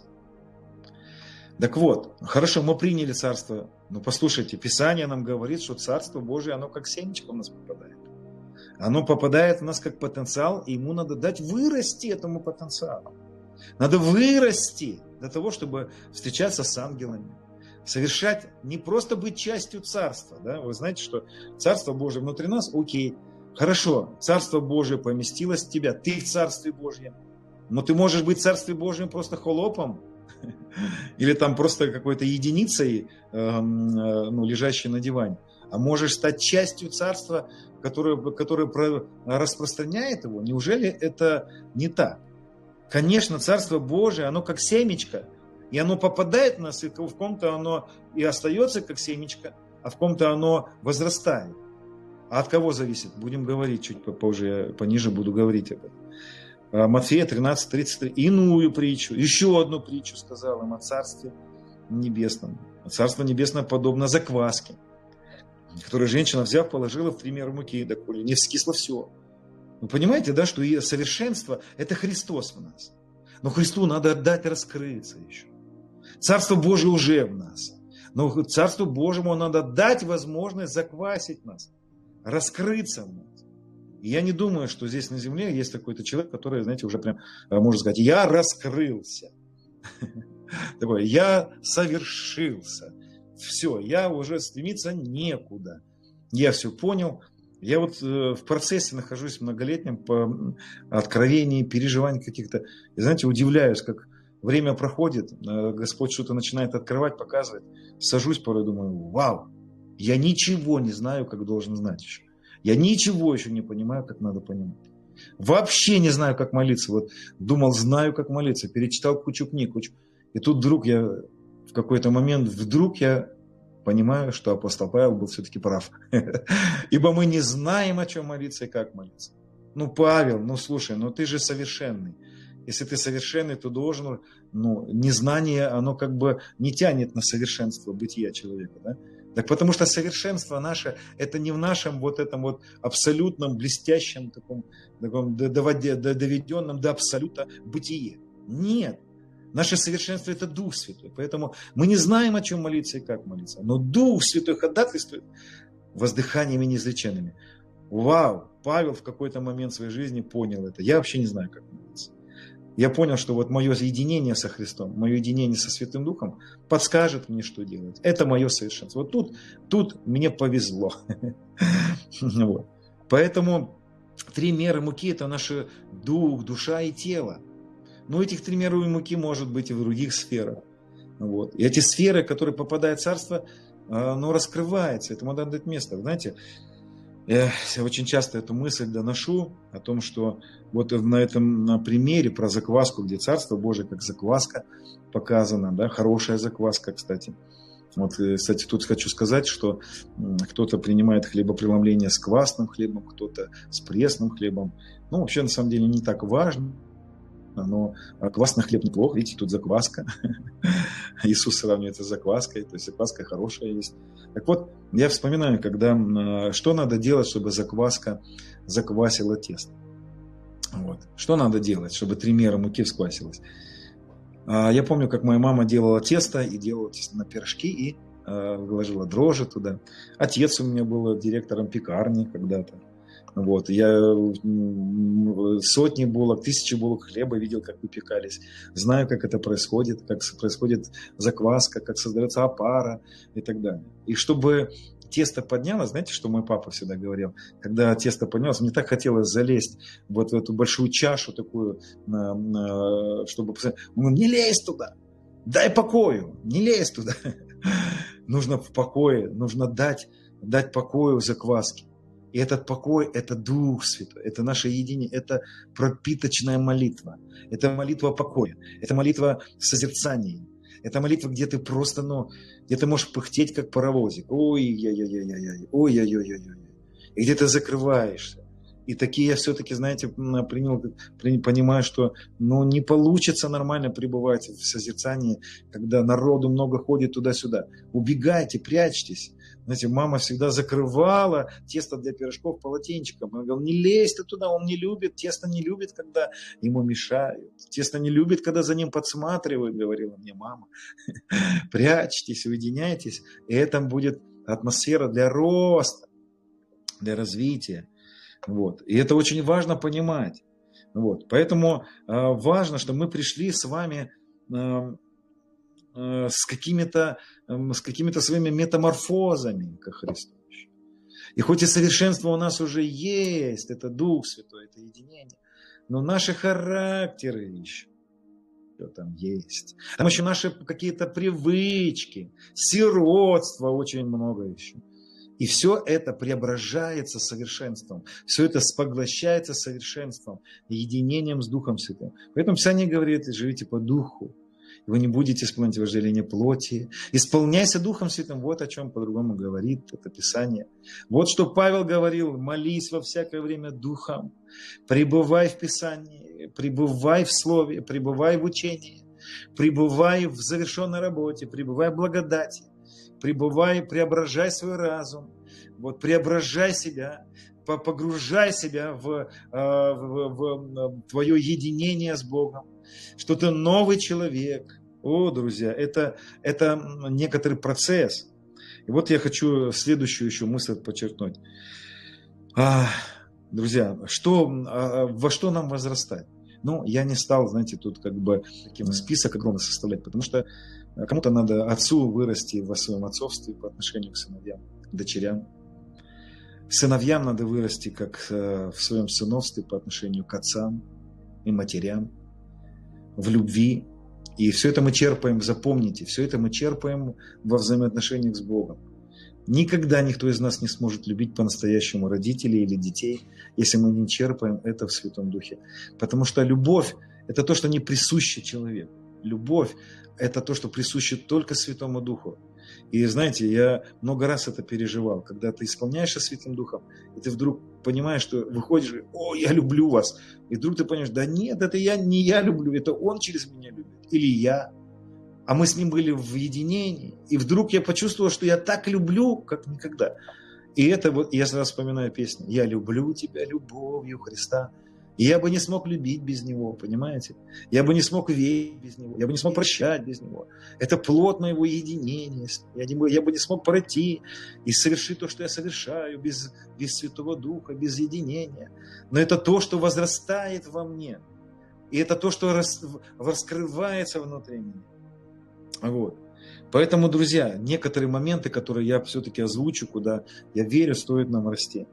Так вот, хорошо, мы приняли Царство. Но послушайте, Писание нам говорит, что Царство Божие, оно как семечко у нас попадает. Оно попадает в нас как потенциал, и ему надо дать вырасти этому потенциалу. Надо вырасти для того, чтобы встречаться с ангелами. Совершать, не просто быть частью Царства. Да? Вы знаете, что Царство Божие внутри нас, окей, хорошо, Царство Божие поместилось в тебя, ты в Царстве Божьем. Но ты можешь быть в Царстве Божьем просто холопом, или там просто какой-то единицей, лежащей на диване. А можешь стать частью Царства, которое распространяет его. Неужели это не так? Конечно, Царство Божие, оно как семечко, и оно попадает в нас, и в ком-то оно и остается как семечко, а в ком-то оно возрастает. А от кого зависит? Будем говорить чуть попозже, я пониже буду говорить об этом. Матфея 13:33. Иную притчу, еще одну притчу сказал им о Царстве Небесном. Царство Небесное подобно закваске, которую женщина, взяв, положила в 3 меры муки, доколе не вскисло все. Вы понимаете, да, что и совершенство – это Христос в нас. Но Христу надо отдать раскрыться еще. Царство Божие уже в нас. Но Царству Божьему надо дать возможность заквасить нас, раскрыться в нас. И я не думаю, что здесь на земле есть какой-то человек, который, знаете, уже прям может сказать: я раскрылся. Такое: я совершился. Все, я уже стремиться некуда. Я все понял. Я вот в процессе нахожусь многолетнем по откровении, переживаний каких-то. И знаете, удивляюсь, как время проходит, Господь что-то начинает открывать, показывать. Сажусь порой, думаю: вау, я ничего не знаю, как должен знать еще. Я ничего еще не понимаю, как надо понимать. Вообще не знаю, как молиться. Вот думал, знаю, как молиться. Перечитал кучу книг. И тут вдруг в какой-то момент я понимаю, что апостол Павел был все-таки прав. Ибо мы не знаем, о чем молиться и как молиться. Ну, Павел, слушай, ты же совершенный. Если ты совершенный, то должен, незнание, оно как бы не тянет на совершенство бытия человека, да? Так потому что совершенство наше, это не в нашем вот этом вот абсолютном, блестящем, таком доведенном до абсолюта бытие. Нет. Наше совершенство – это Дух Святой. Поэтому мы не знаем, о чем молиться и как молиться. Но Дух Святой ходатайствует воздыханиями неизреченными. Вау! Павел в какой-то момент своей жизни понял это. Я вообще не знаю, как молиться. Я понял, что вот мое единение со Христом, мое единение со Святым Духом подскажет мне, что делать. Это мое совершенство. Вот тут мне повезло. Поэтому 3 меры муки – это наш дух, душа и тело. Но этих 3 меры муки может быть и в других сферах. И эти сферы, которые попадают в Царство, оно раскрывается. Этому надо дать место. Вы знаете, я очень часто эту мысль доношу о том, что вот на этом примере про закваску, где Царство Божие как закваска показано, да, хорошая закваска, кстати. Кстати, тут хочу сказать, что кто-то принимает хлебопреломление с квасным хлебом, кто-то с пресным хлебом. Вообще, на самом деле, не так важно. Но квасный хлеб неплохо, видите, тут закваска. Иисус сравнивается с закваской, то есть закваска хорошая есть. Так вот, я вспоминаю, что надо делать, чтобы закваска заквасила тесто. Что надо делать, чтобы 3 меры муки всквасилось? Я помню, как моя мама делала тесто, и делала тесто на пирожки, и выложила дрожжи туда. Отец у меня был директором пекарни когда-то. Вот. Я сотни булок, тысячи булок хлеба видел, как выпекались. Знаю, как это происходит, как происходит закваска, как создается опара и так далее. И чтобы тесто поднялось, знаете, что мой папа всегда говорил? Когда тесто поднялось, мне так хотелось залезть вот в эту большую чашу такую, чтобы... Он говорит, не лезь туда, дай покою, не лезь туда. Нужно в покое, нужно дать покою закваске. И этот покой – это Дух Святой, это наше единение, это пропиточная молитва, это молитва покоя, это молитва созерцания, это молитва, где ты просто, где ты можешь пыхтеть, как паровозик, ой-яй-яй-яй-яй, ой-яй-яй-яй, и где ты закрываешься. И такие я все-таки, знаете, понимаю, что не получится нормально пребывать в созерцании, когда народу много ходит туда-сюда. Убегайте, прячьтесь. Знаете, мама всегда закрывала тесто для пирожков полотенчиком. Она говорила, не лезь ты туда, он не любит, тесто не любит, когда ему мешают. Тесто не любит, когда за ним подсматривают, говорила мне мама. Прячьтесь, уединяйтесь, и это будет атмосфера для роста, для развития. Вот. И это очень важно понимать. Вот. Поэтому важно, что мы пришли с вами с какими-то своими метаморфозами ко Христу. И хоть и совершенство у нас уже есть, это Дух Святой, это единение, но наши характеры еще там есть. Там еще наши какие-то привычки, сиротство очень много еще. И все это преображается совершенством. Все это споглощается совершенством, единением с Духом Святым. Поэтому Писание говорит, живите по Духу. И вы не будете исполнять вожделение плоти. Исполняйся Духом Святым. Вот о чем по-другому говорит это Писание. Вот что Павел говорил. Молись во всякое время Духом. Пребывай в Писании. Пребывай в Слове. Пребывай в учении. Пребывай в завершенной работе. Пребывай в благодати. Пребывай, преображай свой разум. Вот, преображай себя. Погружай себя в твое единение с Богом. Что ты новый человек. О, друзья, это некоторый процесс. И вот я хочу следующую еще мысль подчеркнуть. Друзья, во что нам возрастать? Я не стал, знаете, тут таким список огромный составлять, потому что кому-то надо отцу вырасти во своем отцовстве по отношению к сыновьям, к дочерям. Сыновьям надо вырасти как в своем сыновстве по отношению к отцам и матерям, в любви. И все это мы черпаем, запомните, все это мы черпаем во взаимоотношениях с Богом. Никогда никто из нас не сможет любить по-настоящему родителей или детей, если мы не черпаем это в Святом Духе. Потому что любовь – это то, что не присуще человеку. Любовь – это то, что присуще только Святому Духу. И знаете, я много раз это переживал, когда ты исполняешься Святым Духом, и ты вдруг понимаешь, что выходишь, о, я люблю вас. И вдруг ты понимаешь, да нет, это не я люблю, это он через меня любит. Или я. А мы с ним были в единении. И вдруг я почувствовал, что я так люблю, как никогда. И это вот, я сразу вспоминаю песню. Я люблю тебя любовью Христа. И я бы не смог любить без Него, понимаете? Я бы не смог верить без Него. Я бы не смог прощать без Него. Это плод моего единения. Я бы не смог пройти и совершить то, что я совершаю, без Святого Духа, без единения. Но это то, что возрастает во мне. И это то, что раскрывается внутри меня. Вот. Поэтому, друзья, некоторые моменты, которые я все-таки озвучу, куда я верю, стоит нам расти.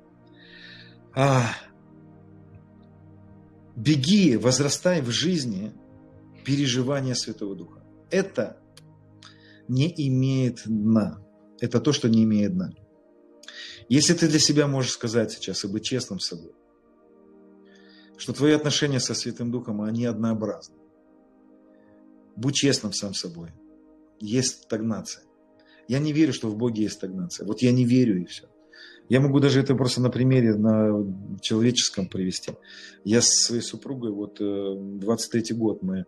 Беги, возрастай в жизни переживания Святого Духа. Это не имеет дна. Это то, что не имеет дна. Если ты для себя можешь сказать сейчас и быть честным с собой, что твои отношения со Святым Духом, они однообразны. Будь честным сам с собой. Есть стагнация. Я не верю, что в Боге есть стагнация. Вот я не верю, и все. Я могу даже это просто на примере, на человеческом привести. Я со своей супругой, 23-й год, мы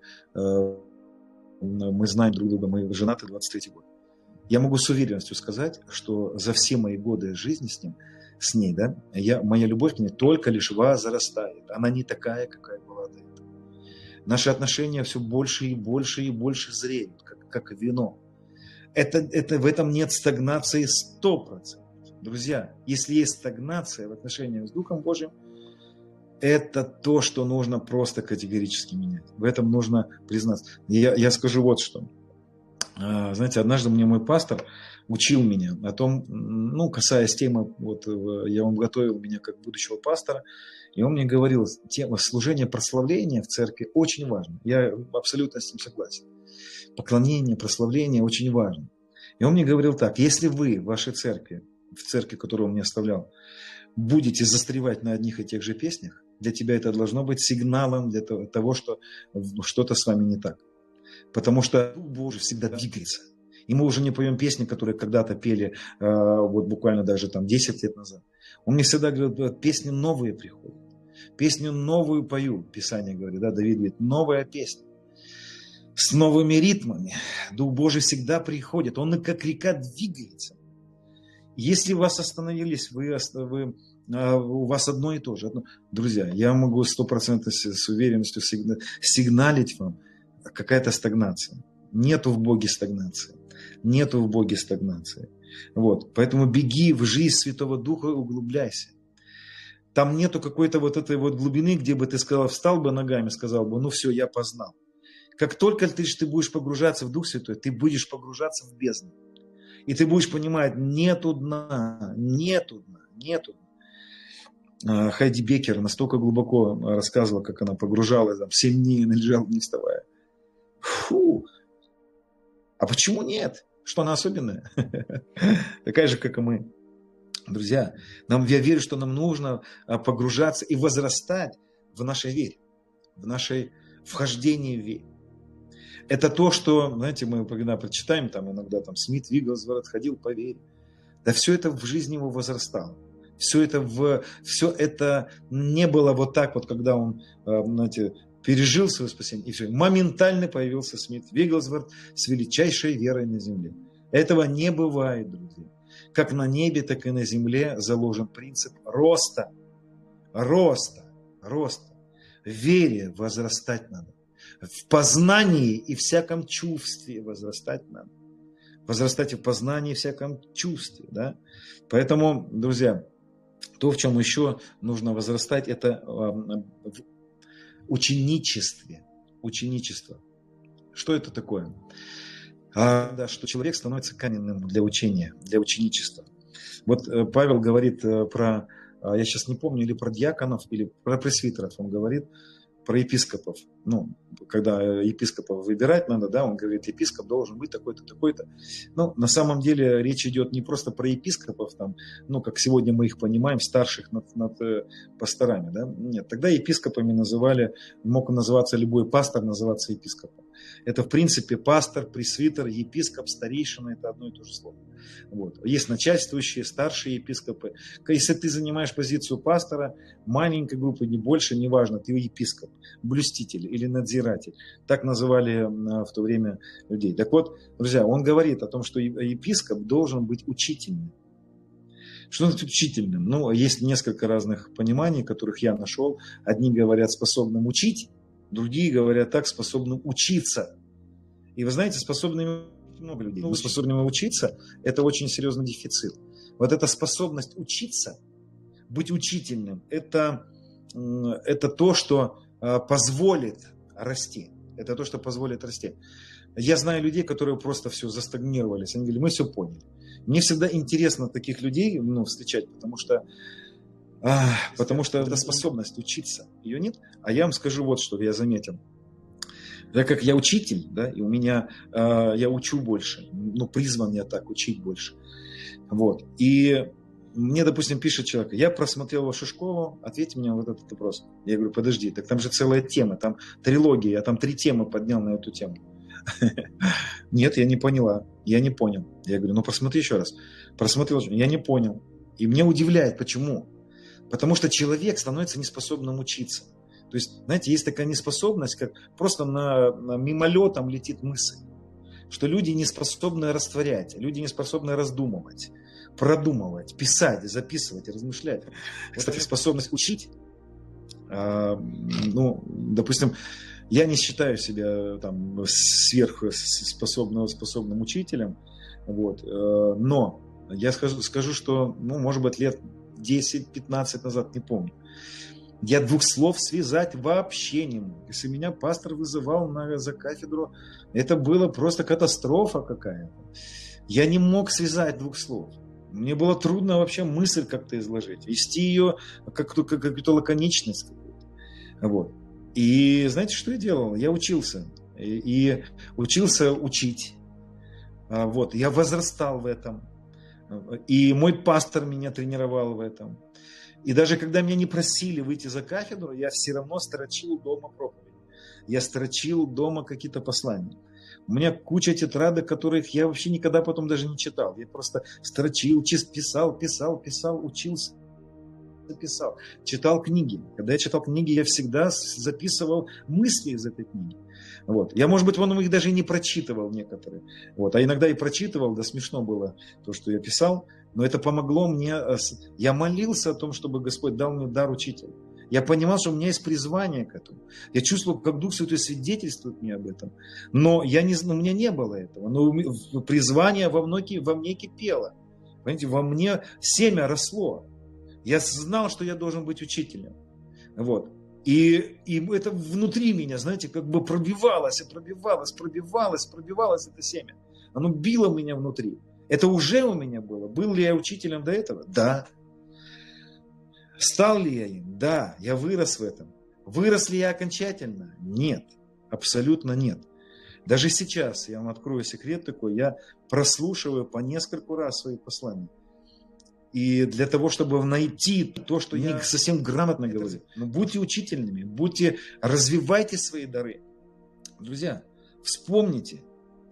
знаем друг друга, мы женаты 23-й год. Я могу с уверенностью сказать, что за все мои годы жизни с ней, да, моя любовь к ней только лишь возрастает. Она не такая, какая была до этого. Наши отношения все больше и больше и больше зреют, как вино. В этом нет стагнации 100%. Друзья, если есть стагнация в отношениях с Духом Божьим, это то, что нужно просто категорически менять. В этом нужно признаться. Я скажу вот что. Знаете, однажды мне мой пастор учил меня о том, ну, касаясь темы, вот я он готовил меня как будущего пастора, и он мне говорил, тема служения, прославления в церкви очень важна. Я абсолютно с ним согласен. Поклонение, прославление очень важно. И он мне говорил так, если вы в вашей церкви, в церкви, которую он мне оставлял, будете застревать на одних и тех же песнях, для тебя это должно быть сигналом для того, что что-то с вами не так. Потому что Дух Божий всегда двигается. И мы уже не поем песни, которые когда-то пели, вот буквально даже там 10 лет назад. Он мне всегда говорит, песни новые приходят. Песню новую пою, Писание говорит, да, Давид говорит, новая песня. С новыми ритмами. Дух Божий всегда приходит. Он как река двигается. Если вас остановились, у вас одно и то же. Друзья, я могу 100% с уверенностью сигналить вам, какая-то стагнация. Нету в Боге стагнации. Нету в Боге стагнации. Вот. Поэтому беги в жизнь Святого Духа и углубляйся. Там нету какой-то вот этой вот глубины, где бы ты сказал, встал бы ногами, сказал бы, ну все, я познал. Как только ты будешь погружаться в Дух Святой, ты будешь погружаться в бездну. И ты будешь понимать, нету дна, нету дна, нету дна. Хайди Беккер настолько глубоко рассказывала, как она погружалась, там, 7 дней она лежала, не вставая. Фу! А почему нет? Что она особенная? Такая же, как и мы. Друзья, я верю, что нам нужно погружаться и возрастать в нашей вере, в нашей вхождении в веру. Это то, что, знаете, мы когда прочитаем, там иногда там Смит Вигглсворт ходил по вере. Да все это в жизни его возрастало. Все это не было вот так вот, когда он, знаете, пережил свое спасение, и все. Моментально появился Смит Вигглсворт с величайшей верой на земле. Этого не бывает, друзья. Как на небе, так и на земле заложен принцип роста. Роста. В вере возрастать надо. В познании и всяком чувстве возрастать надо. Возрастать и в познании и всяком чувстве. Да? Поэтому, друзья, то, в чем еще нужно возрастать, это в ученичестве. Ученичество. Что это такое? Что человек становится каменным для учения, для ученичества. Вот Павел говорит про, я сейчас не помню, или про диаконов, или про пресвитеров, он говорит про епископов. Ну, когда епископов выбирать надо, да, он говорит, епископ должен быть такой-то, такой-то. Но на самом деле речь идет не просто про епископов, там, ну, как сегодня мы их понимаем, старших над пасторами, да. Нет, тогда епископами мог называться любой пастор, называться епископом. Это, в принципе, пастор, пресвитер, епископ, старейшина, это одно и то же слово. Вот. Есть начальствующие, старшие епископы. Если ты занимаешь позицию пастора, маленькой группы, не больше, неважно, ты епископ, блюститель или надзиратель. Так называли в то время людей. Так вот, друзья, он говорит о том, что епископ должен быть учительным. Что значит учительным? Ну, есть несколько разных пониманий, которых я нашел. Одни говорят способным учить, другие говорят так, способным учиться. И вы знаете, способными много людей. Но способными учиться – это очень серьезный дефицит. Вот эта способность учиться, быть учительным – это то, что позволит расти. Это то, что позволит расти. Я знаю людей, которые просто все застагнировались. Они говорят, мы все поняли. Мне всегда интересно таких людей встречать, потому что это способность учиться. Ее нет. А я вам скажу вот, что я заметил. Так как я учитель, да, и у меня я учу больше. Призван я так учить больше. Вот. И мне, допустим, пишет человек, я просмотрел вашу школу, ответьте мне вот этот вопрос. Я говорю, подожди, так там же целая тема, там трилогия, я там 3 темы поднял на эту тему. Нет, я не поняла, я не понял. Я говорю, посмотри еще раз. Просмотрел, я не понял. И меня удивляет, почему? Потому что человек становится неспособным учиться. То есть, знаете, есть такая неспособность, как просто мимолетом летит мысль, что люди не способны растворять, люди не способны раздумывать, продумывать, писать, записывать, размышлять. Кстати, способность учить, допустим, я не считаю себя там сверхспособным учителем, вот, но Я скажу, что, может быть, лет 10-15 назад, не помню. Я 2 слов связать вообще не мог. Если меня пастор вызывал за кафедру, это было просто катастрофа какая-то. Я не мог связать 2 слов. Мне было трудно вообще мысль как-то изложить, вести ее какую-то лаконичность какую-то. Вот. И знаете, что я делал? Я учился. И учился учить. Вот. Я возрастал в этом. И мой пастор меня тренировал в этом. И даже когда меня не просили выйти за кафедру, я все равно строчил дома проповеди. Я строчил дома какие-то послания. У меня куча тетрадок, которых я вообще никогда потом даже не читал. Я просто строчил, писал, учился, писал. Читал книги. Когда я читал книги, я всегда записывал мысли из этой книги. Вот. Я, может быть, их даже и не прочитывал некоторые. Вот. А иногда и прочитывал, да смешно было то, что я писал. Но это помогло мне. Я молился о том, чтобы Господь дал мне дар учителя. Я понимал, что у меня есть призвание к этому. Я чувствовал, как Дух Святой свидетельствует мне об этом. Но у меня не было этого. Но призвание во мне кипело. Понимаете, во мне семя росло. Я знал, что я должен быть учителем. Вот. И это внутри меня, знаете, как бы пробивалось это семя. Оно било меня внутри. Это уже у меня было. Был ли я учителем до этого? Да. Стал ли я им? Да. Я вырос в этом. Вырос ли я окончательно? Нет. Абсолютно нет. Даже сейчас, я вам открою секрет такой, я прослушиваю по нескольку раз свои послания. И для того, чтобы найти то, что я не совсем грамотно говорю. Но будьте учительными, развивайте свои дары. Друзья, вспомните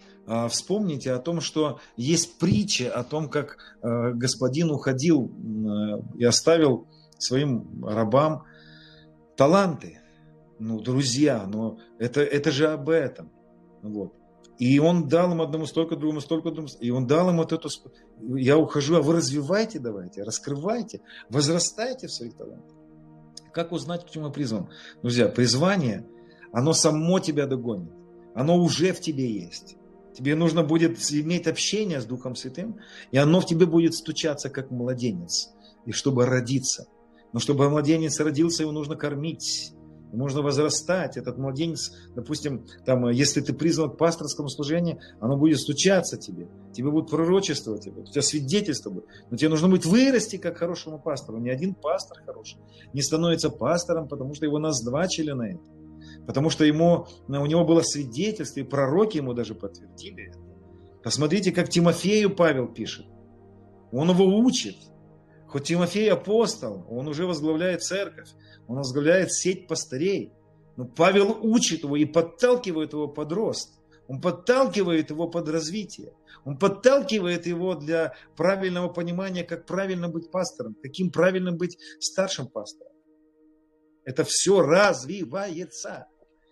о том, что есть притча о том, как господин уходил и оставил своим рабам таланты. Друзья, это же об этом. Вот. И он дал им одному столько, другому столько, и он дал им вот эту... Я ухожу, а вы развивайте давайте, раскрывайте, возрастайте в своих талантах. Как узнать, к чему призван? Друзья, призвание, оно само тебя догонит. Оно уже в тебе есть. Тебе нужно будет иметь общение с Духом Святым, и оно в тебе будет стучаться, как младенец, и чтобы родиться. Но чтобы младенец родился, его нужно кормить. Нужно возрастать. Этот младенец, допустим, если ты призван к пасторскому служению, оно будет стучаться тебе. Тебе будут пророчествовать, у тебя свидетельство будет. Но тебе нужно будет вырасти как хорошему пастору. Ни один пастор хороший не становится пастором, потому что его назначили на это. Потому что у него было свидетельство, и пророки ему даже подтвердили это. Посмотрите, как Тимофею Павел пишет. Он его учит. Хоть Тимофей апостол, он уже возглавляет церковь, он возглавляет сеть пастырей. Но Павел учит его и подталкивает его под рост. Он подталкивает его под развитие. Он подталкивает его для правильного понимания, как правильно быть пастором, каким правильно быть старшим пастором. Это все развивается.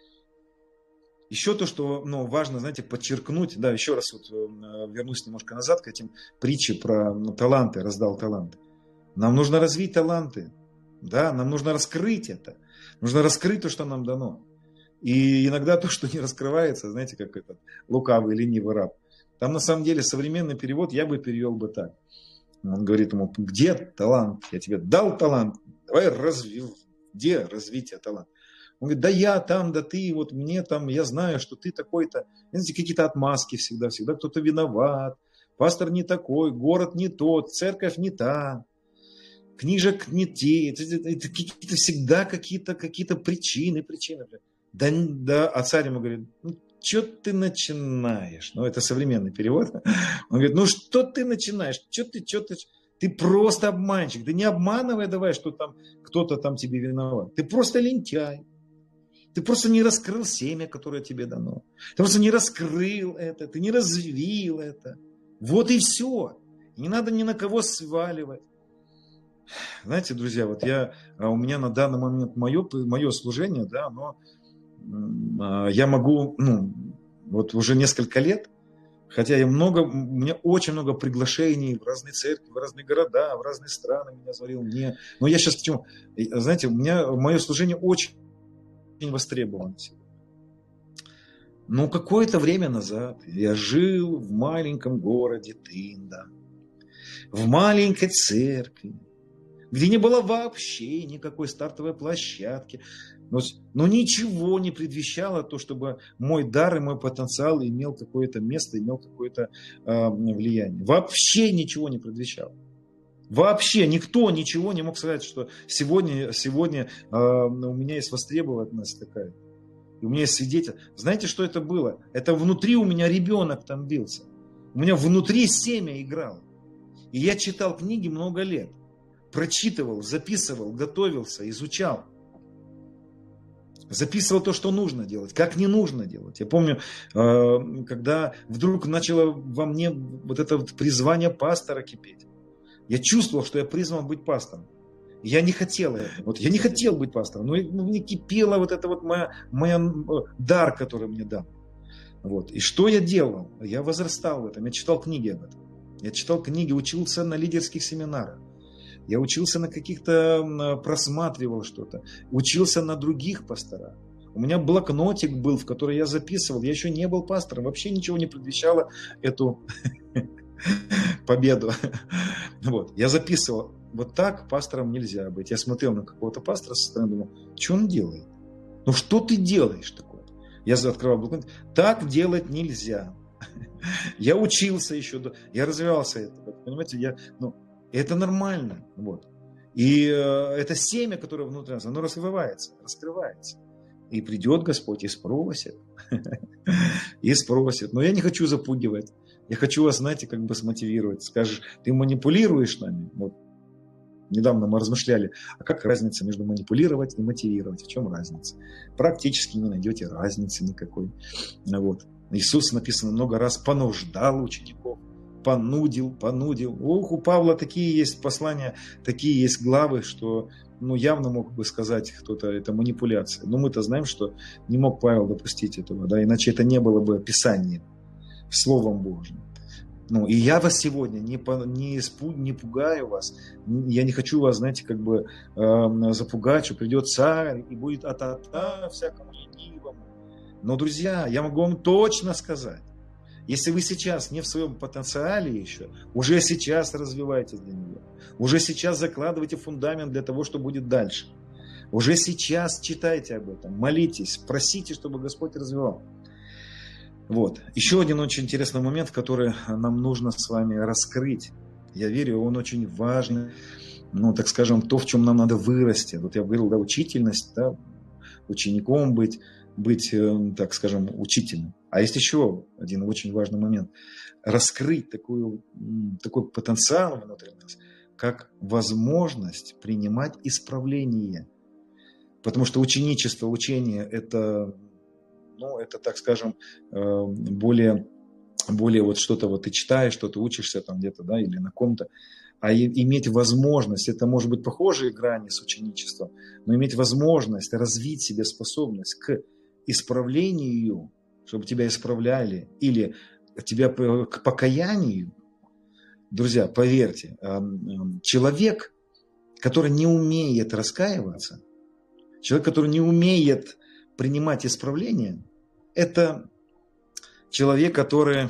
Еще то, что важно, знаете, подчеркнуть, да, еще раз вернусь немножко назад к этим притчам про таланты, раздал таланты. Нам нужно развить таланты, да, нам нужно раскрыть это. Нужно раскрыть то, что нам дано. И иногда то, что не раскрывается, знаете, как этот лукавый, ленивый раб. Там на самом деле современный перевод я бы перевел бы так. Он говорит ему, где талант? Я тебе дал талант, давай где развитие таланта? Он говорит, да я там, да ты, вот мне там, я знаю, что ты такой-то. Знаете, какие-то отмазки всегда кто-то виноват. Пастор не такой, город не тот, церковь не та. Книжек не те, это всегда какие-то причины. Да, а царь ему говорит, что ты начинаешь? Это современный перевод. Он говорит, что ты начинаешь? Ты просто обманщик. Ты не обманывай давай, что там кто-то там тебе виноват. Ты просто лентяй. Ты просто не раскрыл семя, которое тебе дано. Ты просто не раскрыл это, ты не развил это. Вот и все. Не надо ни на кого сваливать. Знаете, друзья, у меня на данный момент мое служение, да, я могу, уже несколько лет, хотя у меня очень много приглашений в разные церкви, в разные города, в разные страны меня звонил. Но я сейчас к чему? Знаете, мое служение очень востребовано сегодня. Какое-то время назад я жил в маленьком городе Тында. в маленькой церкви, где не было вообще никакой стартовой площадки. Но ничего не предвещало то, чтобы мой дар и мой потенциал имел какое-то место, имел какое-то влияние. Вообще ничего не предвещало. Вообще никто ничего не мог сказать, что сегодня у меня есть востребованность такая. И у меня есть свидетель. Знаете, что это было? Это внутри у меня ребенок там бился. У меня внутри семя играло. И я читал книги много лет. Прочитывал, записывал, готовился, изучал. Записывал то, что нужно делать, как не нужно делать. Я помню, когда вдруг начало во мне вот это вот призвание пастора кипеть. Я чувствовал, что я призван быть пастором. Я не хотел этого. Вот я не хотел быть пастором, но мне кипела вот это вот моя дар, который мне дан. Вот. И что я делал? Я возрастал в этом. Я читал книги об этом. Я читал книги, учился на лидерских семинарах. Я учился на каких-то, просматривал что-то. Учился на других пасторах. У меня блокнотик был, в который я записывал. Я еще не был пастором. Вообще ничего не предвещало эту победу. Вот. Я записывал. Вот так пастором нельзя быть. Я смотрел на какого-то пастора со стороны, думал, что он делает? Ну что ты делаешь такое? Я открывал блокнот. Так делать нельзя. Я учился еще, я развивался. Понимаете, это нормально. Вот. И это семя, которое внутри нас, оно раскрывается. И придет Господь и спросит. И спросит. Но я не хочу запугивать. Я хочу вас, знаете, как бы смотивировать. Скажешь, ты манипулируешь нами. Вот. Недавно мы размышляли, а как разница между манипулировать и мотивировать? В чем разница? Практически не найдете разницы никакой. Вот. Иисус, написано, много раз понуждал учеников, понудил. У Павла такие есть послания, такие есть главы, что явно мог бы сказать кто-то, это манипуляция. Но мы-то знаем, что не мог Павел допустить этого, да, иначе это не было бы Писанием, Словом Божьим. И я вас сегодня не пугаю вас, я не хочу вас, знаете, как бы запугать, что придет царь и будет всякому ленивому. Но, друзья, я могу вам точно сказать, если вы сейчас не в своем потенциале еще, уже сейчас развивайтесь для него, уже сейчас закладывайте фундамент для того, что будет дальше. Уже сейчас читайте об этом, молитесь, просите, чтобы Господь развивал. Вот. Еще один очень интересный момент, который нам нужно с вами раскрыть. Я верю, он очень важный. Так скажем, то, в чем нам надо вырасти. Вот я говорил, да, учительность, да, учеником быть, так скажем, учителем. А есть еще один очень важный момент. Раскрыть такой потенциал внутри нас, как возможность принимать исправление. Потому что ученичество, учение – это, так скажем, более вот что-то вот ты читаешь, что ты учишься там где-то, да, или на ком-то. А иметь возможность, это может быть похожие грани с ученичеством, но иметь возможность развить себе способность к исправлению, чтобы тебя исправляли, или тебя к покаянию. Друзья, поверьте, человек, который не умеет раскаиваться, человек, который не умеет принимать исправление, это человек, который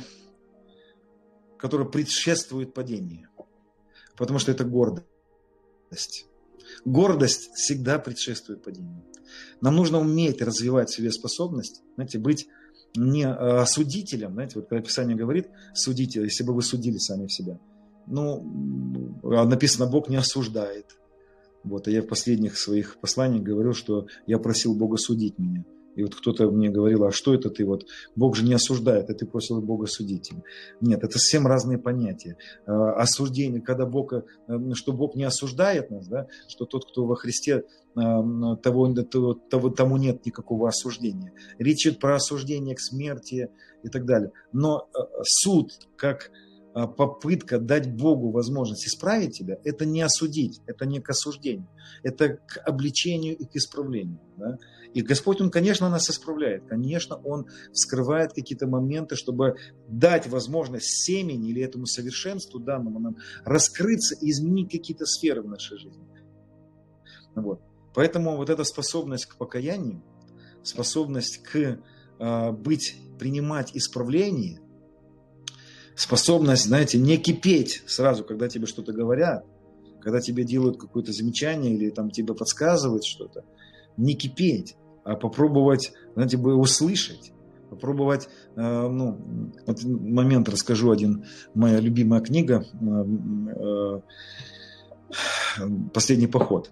предшествует падению. Потому что это гордость. Гордость всегда предшествует падению. Нам нужно уметь развивать в себе способность, знаете, быть не осудителем. Знаете, вот когда Писание говорит, судите, если бы вы судили сами в себя. Написано, Бог не осуждает. Вот, а я в последних своих посланиях говорил, что я просил Бога судить меня. И вот кто-то мне говорил, а что это ты? Вот Бог же не осуждает, а ты просил Бога судить. Нет, это совсем разные понятия. Осуждение, когда что Бог не осуждает нас, да, что тот, кто во Христе, тому нет никакого осуждения. Речь идет про осуждение к смерти и так далее. Но суд, как попытка дать Богу возможность исправить тебя, это не осудить, это не к осуждению, это к обличению и к исправлению. Да? И Господь, Он, конечно, нас исправляет, конечно, Он вскрывает какие-то моменты, чтобы дать возможность семени или этому совершенству данному нам раскрыться и изменить какие-то сферы в нашей жизни. Вот. Поэтому вот эта способность к покаянию, способность принимать исправление, Способность, знаете, не кипеть сразу, когда тебе что-то говорят, когда тебе делают какое-то замечание или там тебе подсказывают что-то. Не кипеть, а попробовать, знаете, услышать. Попробовать, вот момент расскажу один, моя любимая книга «Последний поход».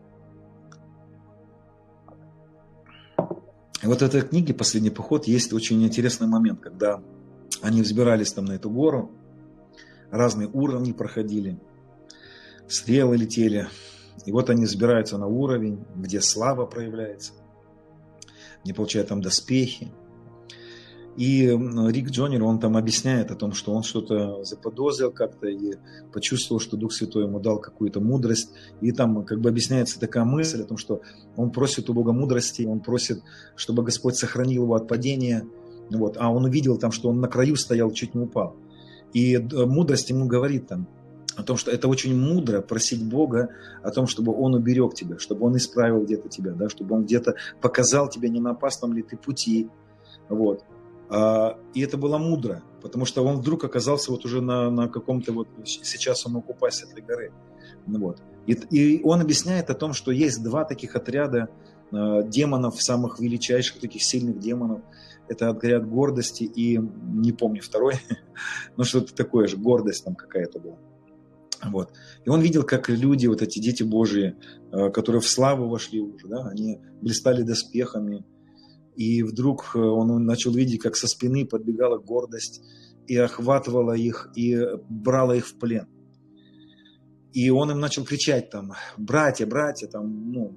И вот в этой книге «Последний поход» есть очень интересный момент, когда они взбирались там на эту гору, разные уровни проходили, стрелы летели. И вот они взбираются на уровень, где слава проявляется. Они получают там доспехи. И Рик Джоннер, он там объясняет о том, что он что-то заподозрил как-то и почувствовал, что Дух Святой ему дал какую-то мудрость. И там как бы объясняется такая мысль о том, что он просит у Бога мудрости, он просит, чтобы Господь сохранил его от падения. Вот. А он увидел там, что он на краю стоял, чуть не упал. И мудрость ему говорит там о том, что это очень мудро просить Бога о том, чтобы Он уберег тебя, чтобы Он исправил где-то тебя, да, чтобы Он где-то показал тебе, не на опасном ли ты пути. Вот. И это было мудро, потому что он вдруг оказался вот уже на каком-то вот, сейчас он мог упасть с этой горы. Вот. И он объясняет о том, что есть два таких отряда демонов, самых величайших, таких сильных демонов. Это отряд гордости и, не помню второй, но что-то такое же, гордость там какая-то была. Вот. И он видел, как люди, вот эти дети Божии, которые в славу вошли уже, да, они блистали доспехами. И вдруг он начал видеть, как со спины подбегала гордость и охватывала их, и брала их в плен. И он им начал кричать там: братья, там,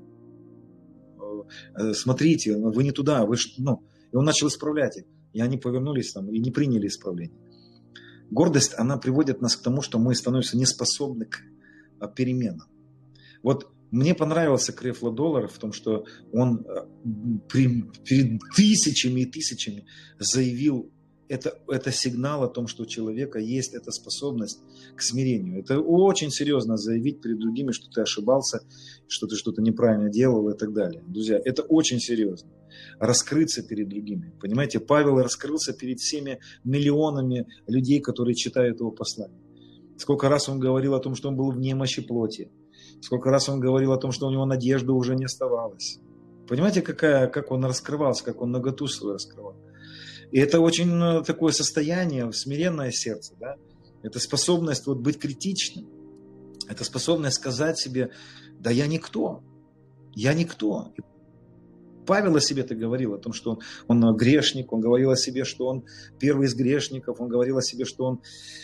смотрите, вы не туда, И он начал исправлять их. И они повернулись там и не приняли исправление. Гордость, она приводит нас к тому, что мы становимся неспособны к переменам. Вот мне понравился Крефло Доллар в том, что он перед тысячами и тысячами заявил, это сигнал о том, что у человека есть эта способность к смирению. Это очень серьезно заявить перед другими, что ты ошибался, что ты что-то неправильно делал и так далее. Друзья, это очень серьезно. Раскрыться перед другими. Понимаете, Павел раскрылся перед всеми миллионами людей, которые читают его послание. Сколько раз он говорил о том, что он был в немощи плоти. Сколько раз он говорил о том, что у него надежды уже не оставалось. Понимаете, как он раскрывался, как он наготу свою раскрывал. И это очень такое состояние, смиренное сердце. Да? Это способность быть критичным. Это способность сказать себе: да я никто. Я никто. И Павел о себе-то говорил, о том, что он грешник. Он говорил о себе, что он первый из грешников. Он говорил о себе, что он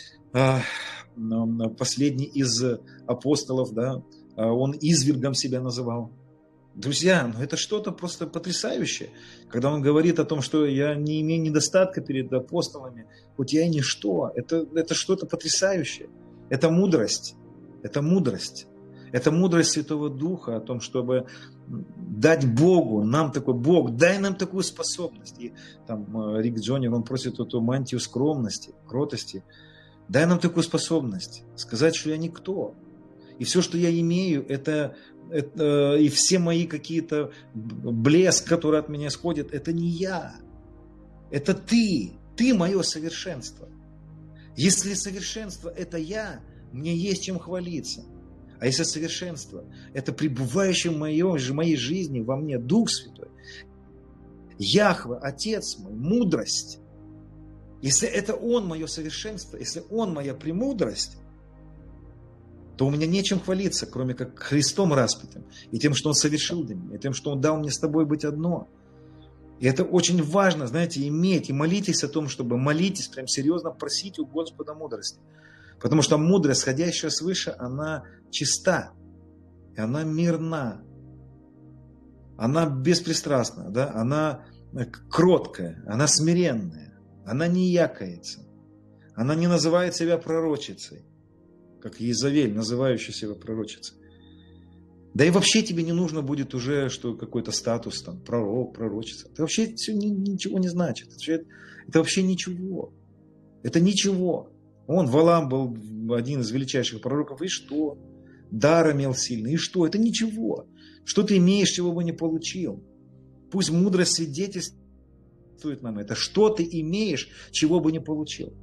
последний из апостолов, да, он извергом себя называл. Друзья, это что-то просто потрясающее, когда он говорит о том, что я не имею недостатка перед апостолами, хоть я и ничто. Это что-то потрясающее. Это мудрость. Это мудрость. Это мудрость Святого Духа о том, чтобы дать Богу, нам такой: Бог, дай нам такую способность. И там Рик Джоннер, он просит эту мантию скромности, кротости. Дай нам такую способность сказать, что я никто. И все, что я имею, это и все мои какие-то блеск, который от меня исходит, это не я. Это ты. Ты мое совершенство. Если совершенство – это я, мне есть чем хвалиться. А если совершенство – это пребывающий в моей жизни во мне Дух Святой, Яхве, Отец мой, мудрость. Если это Он мое совершенство, если Он моя премудрость, то у меня нечем хвалиться, кроме как Христом распятым, и тем, что Он совершил для меня, и тем, что Он дал мне с тобой быть одно. И это очень важно, знаете, иметь. И молитесь о том, чтобы молитесь, прям серьезно просить у Господа мудрости. Потому что мудрость, сходящая свыше, она чиста, и она мирна, она беспристрастна, да? Она кроткая, она смиренная. Она не якается. Она не называет себя пророчицей, как Иезавель, называющая себя пророчицей. Да и вообще тебе не нужно будет уже что какой-то статус, там, пророк, пророчица. Это вообще все ничего не значит. Это вообще ничего. Это ничего. Валаам был один из величайших пророков. И что? Дар имел сильный. И что? Это ничего. Что ты имеешь, чего бы не получил? Пусть мудрость свидетельствует нам это. Что ты имеешь, чего бы не получил?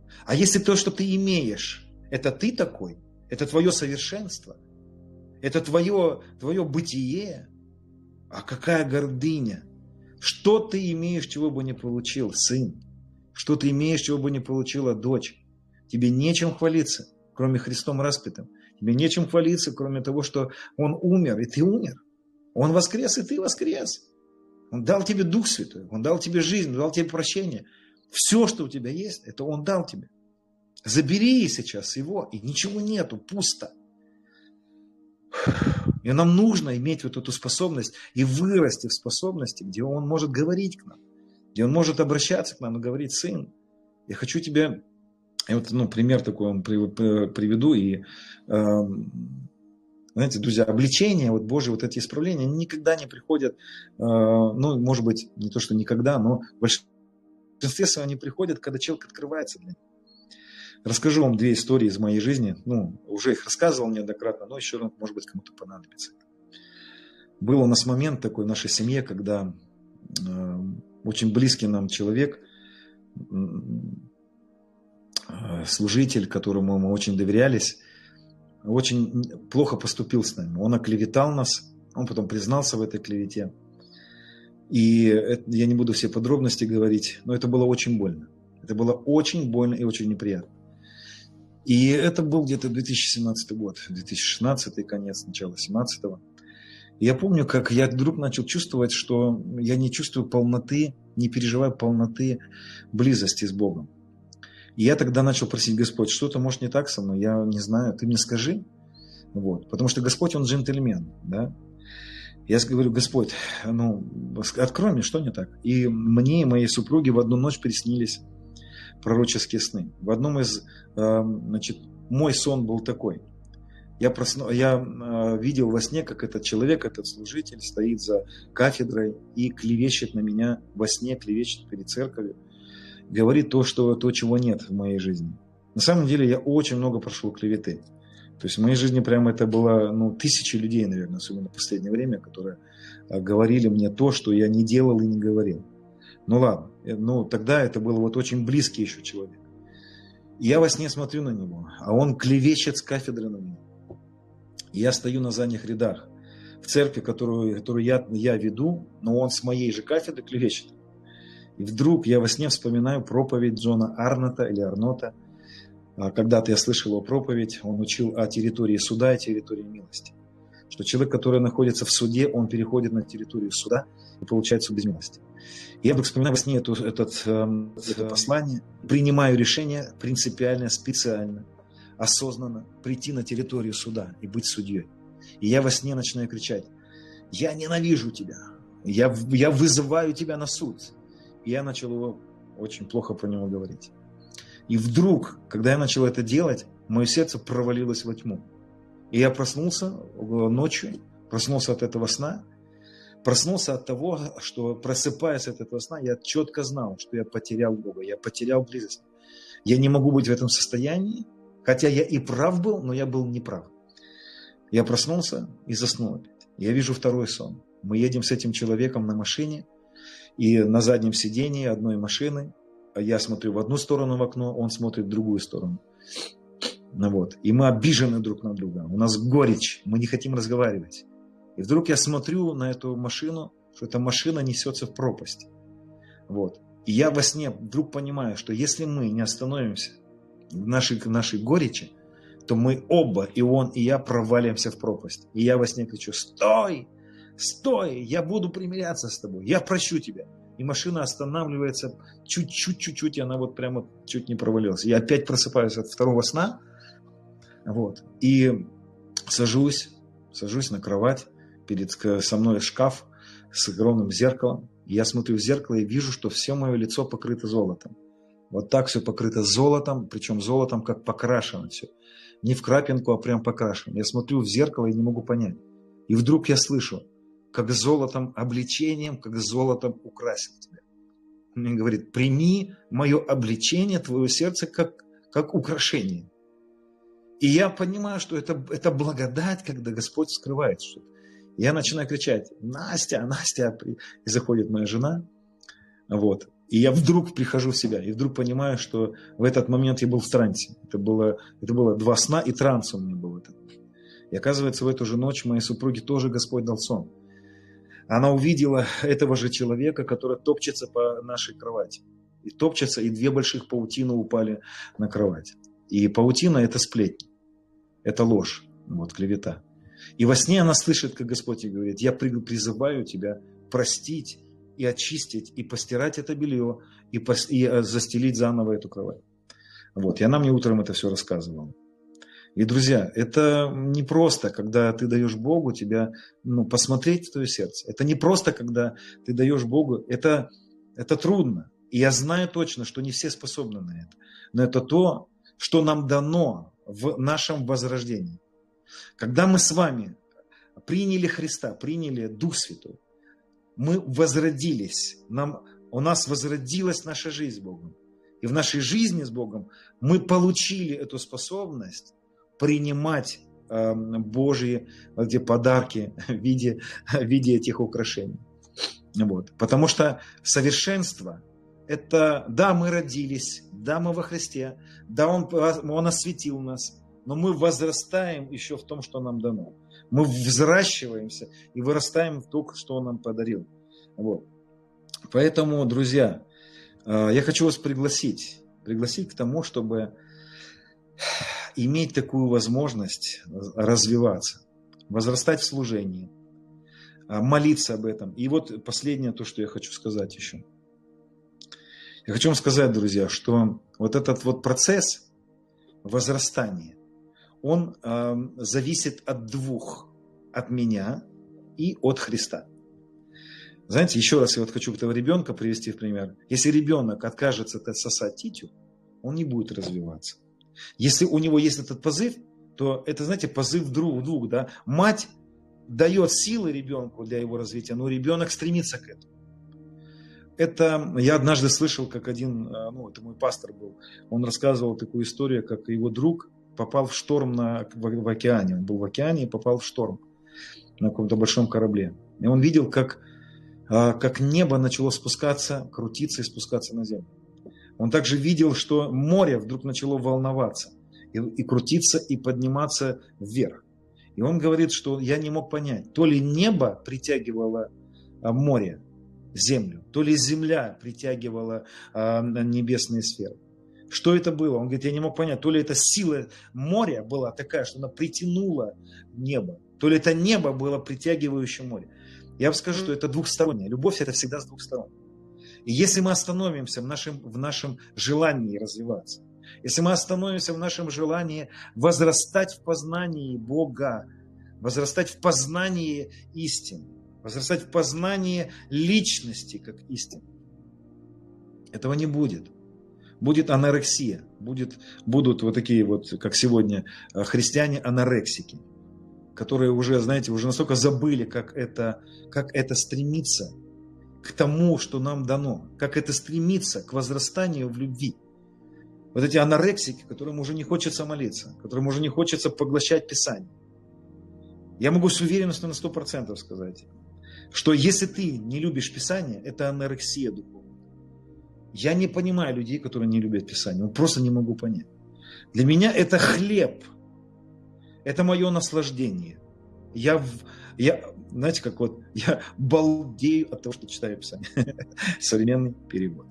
А если то, что ты имеешь, это ты такой, это твое совершенство, это твое бытие, а какая гордыня? Что ты имеешь, чего бы не получил, сын? Что ты имеешь, чего бы не получила дочь? Тебе нечем хвалиться, кроме Христом распятым. Тебе нечем хвалиться, кроме того, что Он умер, и ты умер. Он воскрес, и ты воскрес. Он дал тебе Дух Святой, Он дал тебе жизнь, Он дал тебе прощение. Все, что у тебя есть, это Он дал тебе. Забери сейчас Его, и ничего нету, пусто. И нам нужно иметь вот эту способность и вырасти в способности, где Он может говорить к нам, где Он может обращаться к нам и говорить: сын, я хочу тебе... И вот, пример такой вам приведу. И, знаете, друзья, обличения, вот Божьи вот эти исправления, они никогда не приходят, может быть, не то, что никогда, но в большинстве своем они приходят, когда человек открывается для них. Расскажу вам 2 истории из моей жизни. Уже их рассказывал неоднократно, но еще раз, может быть, кому-то понадобится. Был у нас момент такой в нашей семье, когда очень близкий нам человек, служитель, которому мы очень доверялись, очень плохо поступил с нами. Он оклеветал нас, он потом признался в этой клевете. И я не буду все подробности говорить, но это было очень больно. Это было очень больно и очень неприятно. И это был где-то 2017 год, 2016 конец, начало 2017. И я помню, как я вдруг начал чувствовать, что я не чувствую полноты, не переживаю полноты близости с Богом. И я тогда начал просить: Господь, что-то может не так со мной, я не знаю, ты мне скажи. Потому что Господь, Он джентльмен. Да? Я говорю: Господь, открой мне, что не так. И мне и моей супруге в одну ночь приснились пророческие сны. В одном из, мой сон был такой. Я видел во сне, как этот человек, этот служитель стоит за кафедрой и клевещет на меня во сне, клевещет перед церковью. Говорит то, чего нет в моей жизни. На самом деле я очень много прошел клеветы. То есть в моей жизни прямо это было тысячи людей, наверное, особенно в последнее время, которые говорили мне то, что я не делал и не говорил. Ладно, тогда это был очень близкий еще человек. И я во сне смотрю на него, а он клевещет с кафедры на меня. И я стою на задних рядах в церкви, которую я веду, но он с моей же кафедры клевещет. И вдруг я во сне вспоминаю проповедь Джона Арнота. Когда-то я слышал его проповедь, он учил о территории суда и территории милости. Что человек, который находится в суде, он переходит на территорию суда и получает суд без милости. И я вдруг вспоминаю во сне это послание, принимаю решение принципиально, специально, осознанно прийти на территорию суда и быть судьей. И я во сне начинаю кричать: я ненавижу тебя, я вызываю тебя на суд. И я начал его очень плохо про него говорить. И вдруг, когда я начал это делать, мое сердце провалилось во тьму. И я проснулся ночью, проснулся от этого сна, проснулся от того, что, просыпаясь от этого сна, я четко знал, что я потерял Бога, я потерял близость. Я не могу быть в этом состоянии, хотя я и прав был, но я был неправ. Я проснулся и заснул опять. Я вижу второй сон. Мы едем с этим человеком на машине, и на заднем сидении одной машины я смотрю в одну сторону в окно, он смотрит в другую сторону. И мы обижены друг на друга. У нас горечь, мы не хотим разговаривать. И вдруг я смотрю на эту машину, что эта машина несется в пропасть. И я во сне вдруг понимаю, что если мы не остановимся в нашей горечи, то мы оба, и он, и я, провалимся в пропасть. И я во сне кричу: стой! Стой! Я буду примиряться с тобой, я прощу тебя. И машина останавливается чуть-чуть, и она прямо чуть не провалилась. Я опять просыпаюсь от второго сна, и сажусь на кровать, со мной шкаф с огромным зеркалом. И я смотрю в зеркало и вижу, что все мое лицо покрыто золотом. Вот так все покрыто золотом, причем золотом как покрашено все. Не в крапинку, а прям покрашено. Я смотрю в зеркало и не могу понять. И вдруг я слышу, как золотом обличением, как золотом украсил тебя. Он мне говорит: прими мое обличение, твое сердце, как украшение. И я понимаю, что это благодать, когда Господь скрывает что-то. Я начинаю кричать: Настя, Настя. И заходит моя жена. И я вдруг прихожу в себя, и вдруг понимаю, что в этот момент я был в трансе. Это было 2 сна, и транс у меня был. И оказывается, в эту же ночь моей супруге тоже Господь дал сон. Она увидела этого же человека, который топчется по нашей кровати. И топчется, и 2 больших паутины упали на кровать. И паутина – это сплетни, это ложь, клевета. И во сне она слышит, как Господь ей говорит: я призываю тебя простить и очистить, и постирать это белье, и застелить заново эту кровать. И она мне утром это все рассказывала. И, друзья, это не просто, когда ты даешь Богу тебя, посмотреть в твое сердце. Это не просто, когда ты даешь Богу, это трудно. И я знаю точно, что не все способны на это. Но это то, что нам дано в нашем возрождении. Когда мы с вами приняли Христа, приняли Дух Святой, мы возродились, у нас возродилась наша жизнь с Богом. И в нашей жизни с Богом мы получили эту способность принимать Божьи подарки в виде этих украшений. Потому что совершенство – это, да, мы родились, да, мы во Христе, да, Он осветил нас, но мы возрастаем еще в том, что нам дано. Мы взращиваемся и вырастаем в то, что Он нам подарил. Поэтому, друзья, я хочу вас пригласить к тому, чтобы иметь такую возможность развиваться, возрастать в служении, молиться об этом. И последнее, то, что я хочу сказать еще. Я хочу вам сказать, друзья, что этот процесс возрастания, он зависит от 2, от меня и от Христа. Знаете, еще раз я хочу этого ребенка привести в пример. Если ребенок откажется сосать титю, он не будет развиваться. Если у него есть этот позыв, то это, знаете, позыв двух, да? Мать дает силы ребенку для его развития, но ребенок стремится к этому. Это я однажды слышал, как это мой пастор был, он рассказывал такую историю, как его друг попал в шторм в океане. Он был в океане и попал в шторм на каком-то большом корабле. И он видел, как небо начало спускаться, крутиться и спускаться на землю. Он также видел, что море вдруг начало волноваться и крутиться, и подниматься вверх. И он говорит, что я не мог понять, то ли небо притягивало море, землю, то ли земля притягивала небесные сферы. Что это было? Он говорит, я не мог понять, то ли это сила моря была такая, что она притянула небо, то ли это небо было притягивающее море. Я вам скажу, что это двухстороннее. Любовь – это всегда с 2 сторон. И если мы остановимся в нашем желании развиваться, если мы остановимся в нашем желании возрастать в познании Бога, возрастать в познании истины, возрастать в познании личности как истины, этого не будет. Будет анорексия, будут такие как сегодня, христиане-анорексики, которые уже, знаете, уже настолько забыли, как это стремиться к тому, что нам дано, как это стремиться к возрастанию в любви. Эти анорексики, которым уже не хочется молиться, которым уже не хочется поглощать Писание. Я могу с уверенностью на 100% сказать, что если ты не любишь Писание, это анорексия духовная. Я не понимаю людей, которые не любят Писание. Просто не могу понять. Для меня это хлеб. Это мое наслаждение. Знаете, я балдею от того, что читаю Писание. Современный перевод.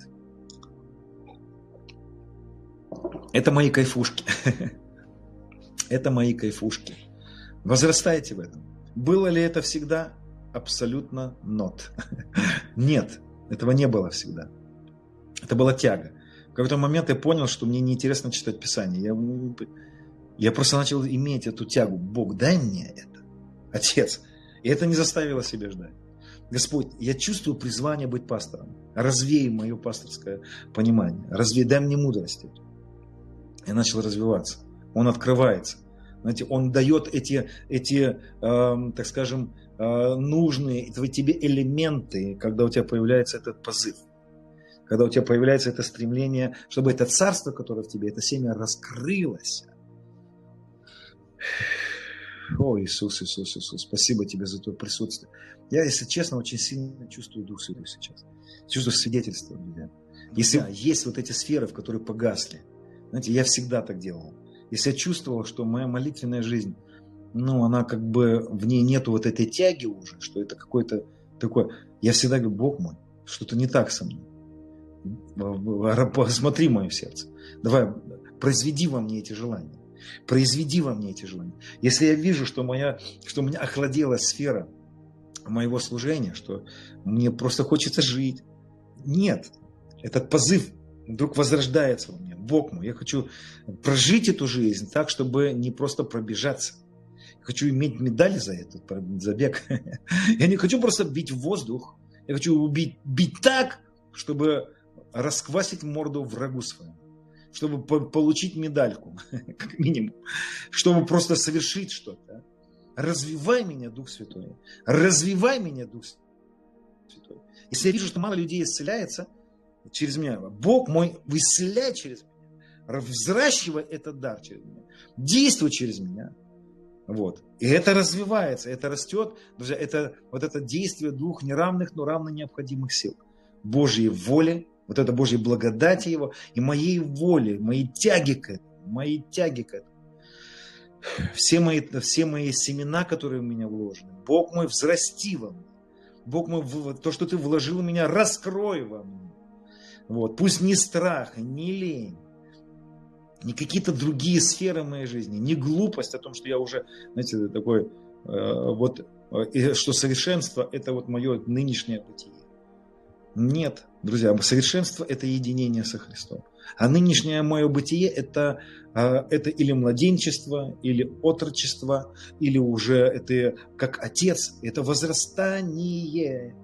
Это мои кайфушки. Это мои кайфушки. Возрастайте в этом. Было ли это всегда? Абсолютно not. Нет, этого не было всегда. Это была тяга. В какой-то момент я понял, что мне неинтересно читать Писание. Я просто начал иметь эту тягу. Бог, дай мне это. Отец. И это не заставило себя ждать. Господь, я чувствую призвание быть пастором. Развей мое пасторское понимание. Дай мне мудрость. Я начал развиваться. Он открывается. Знаете, он дает эти так скажем, нужные тебе элементы, когда у тебя появляется этот позыв. Когда у тебя появляется это стремление, чтобы это царство, которое в тебе, это семя раскрылось. О, Иисус, Иисус, Иисус, спасибо тебе за твое присутствие. Я, если честно, очень сильно чувствую Дух Святой сейчас. Чувствую свидетельство, друзья. Если есть вот эти сферы, в которые погасли, знаете, я всегда так делал. Если я чувствовал, что моя молитвенная жизнь, она как бы, в ней нету вот этой тяги уже, что это какой-то такой, я всегда говорю: Бог мой, что-то не так со мной. Посмотри мое сердце. Давай, произведи во мне эти желания. Произведи во мне эти желания. Если я вижу, что у меня охладела сфера моего служения, что мне просто хочется жить. Нет, этот позыв вдруг возрождается во мне. Бог мой, я хочу прожить эту жизнь так, чтобы не просто пробежаться. Я хочу иметь медали за этот забег. Я не хочу просто бить в воздух. Я хочу бить так, чтобы расквасить морду врагу своему. Чтобы получить медальку, как минимум. Чтобы просто совершить что-то. Развивай меня, Дух Святой. Развивай меня, Дух Святой. Если я вижу, что мало людей исцеляется через меня, Бог мой, исцеляй через меня. Взращивай этот дар через меня. Действуй через меня. Вот. И это развивается, это растет. Друзья, это вот это действие двух неравных, но равно необходимых сил. Божьей воли, вот это Божьей благодати Его и моей воли, моей тяги к этому. Все мои семена, которые в меня вложены, Бог мой, взрасти во мне. Бог мой, то, что Ты вложил в меня, раскрой во мне. Вот. Пусть ни страх, ни лень, ни какие-то другие сферы моей жизни, ни глупость о том, что я уже, знаете, такой, что совершенство – это вот мое нынешнее бытие. Нет, друзья, совершенство – это единение со Христом. А нынешнее мое бытие – это или младенчество, или отрочество, или уже это как отец, это возрастание.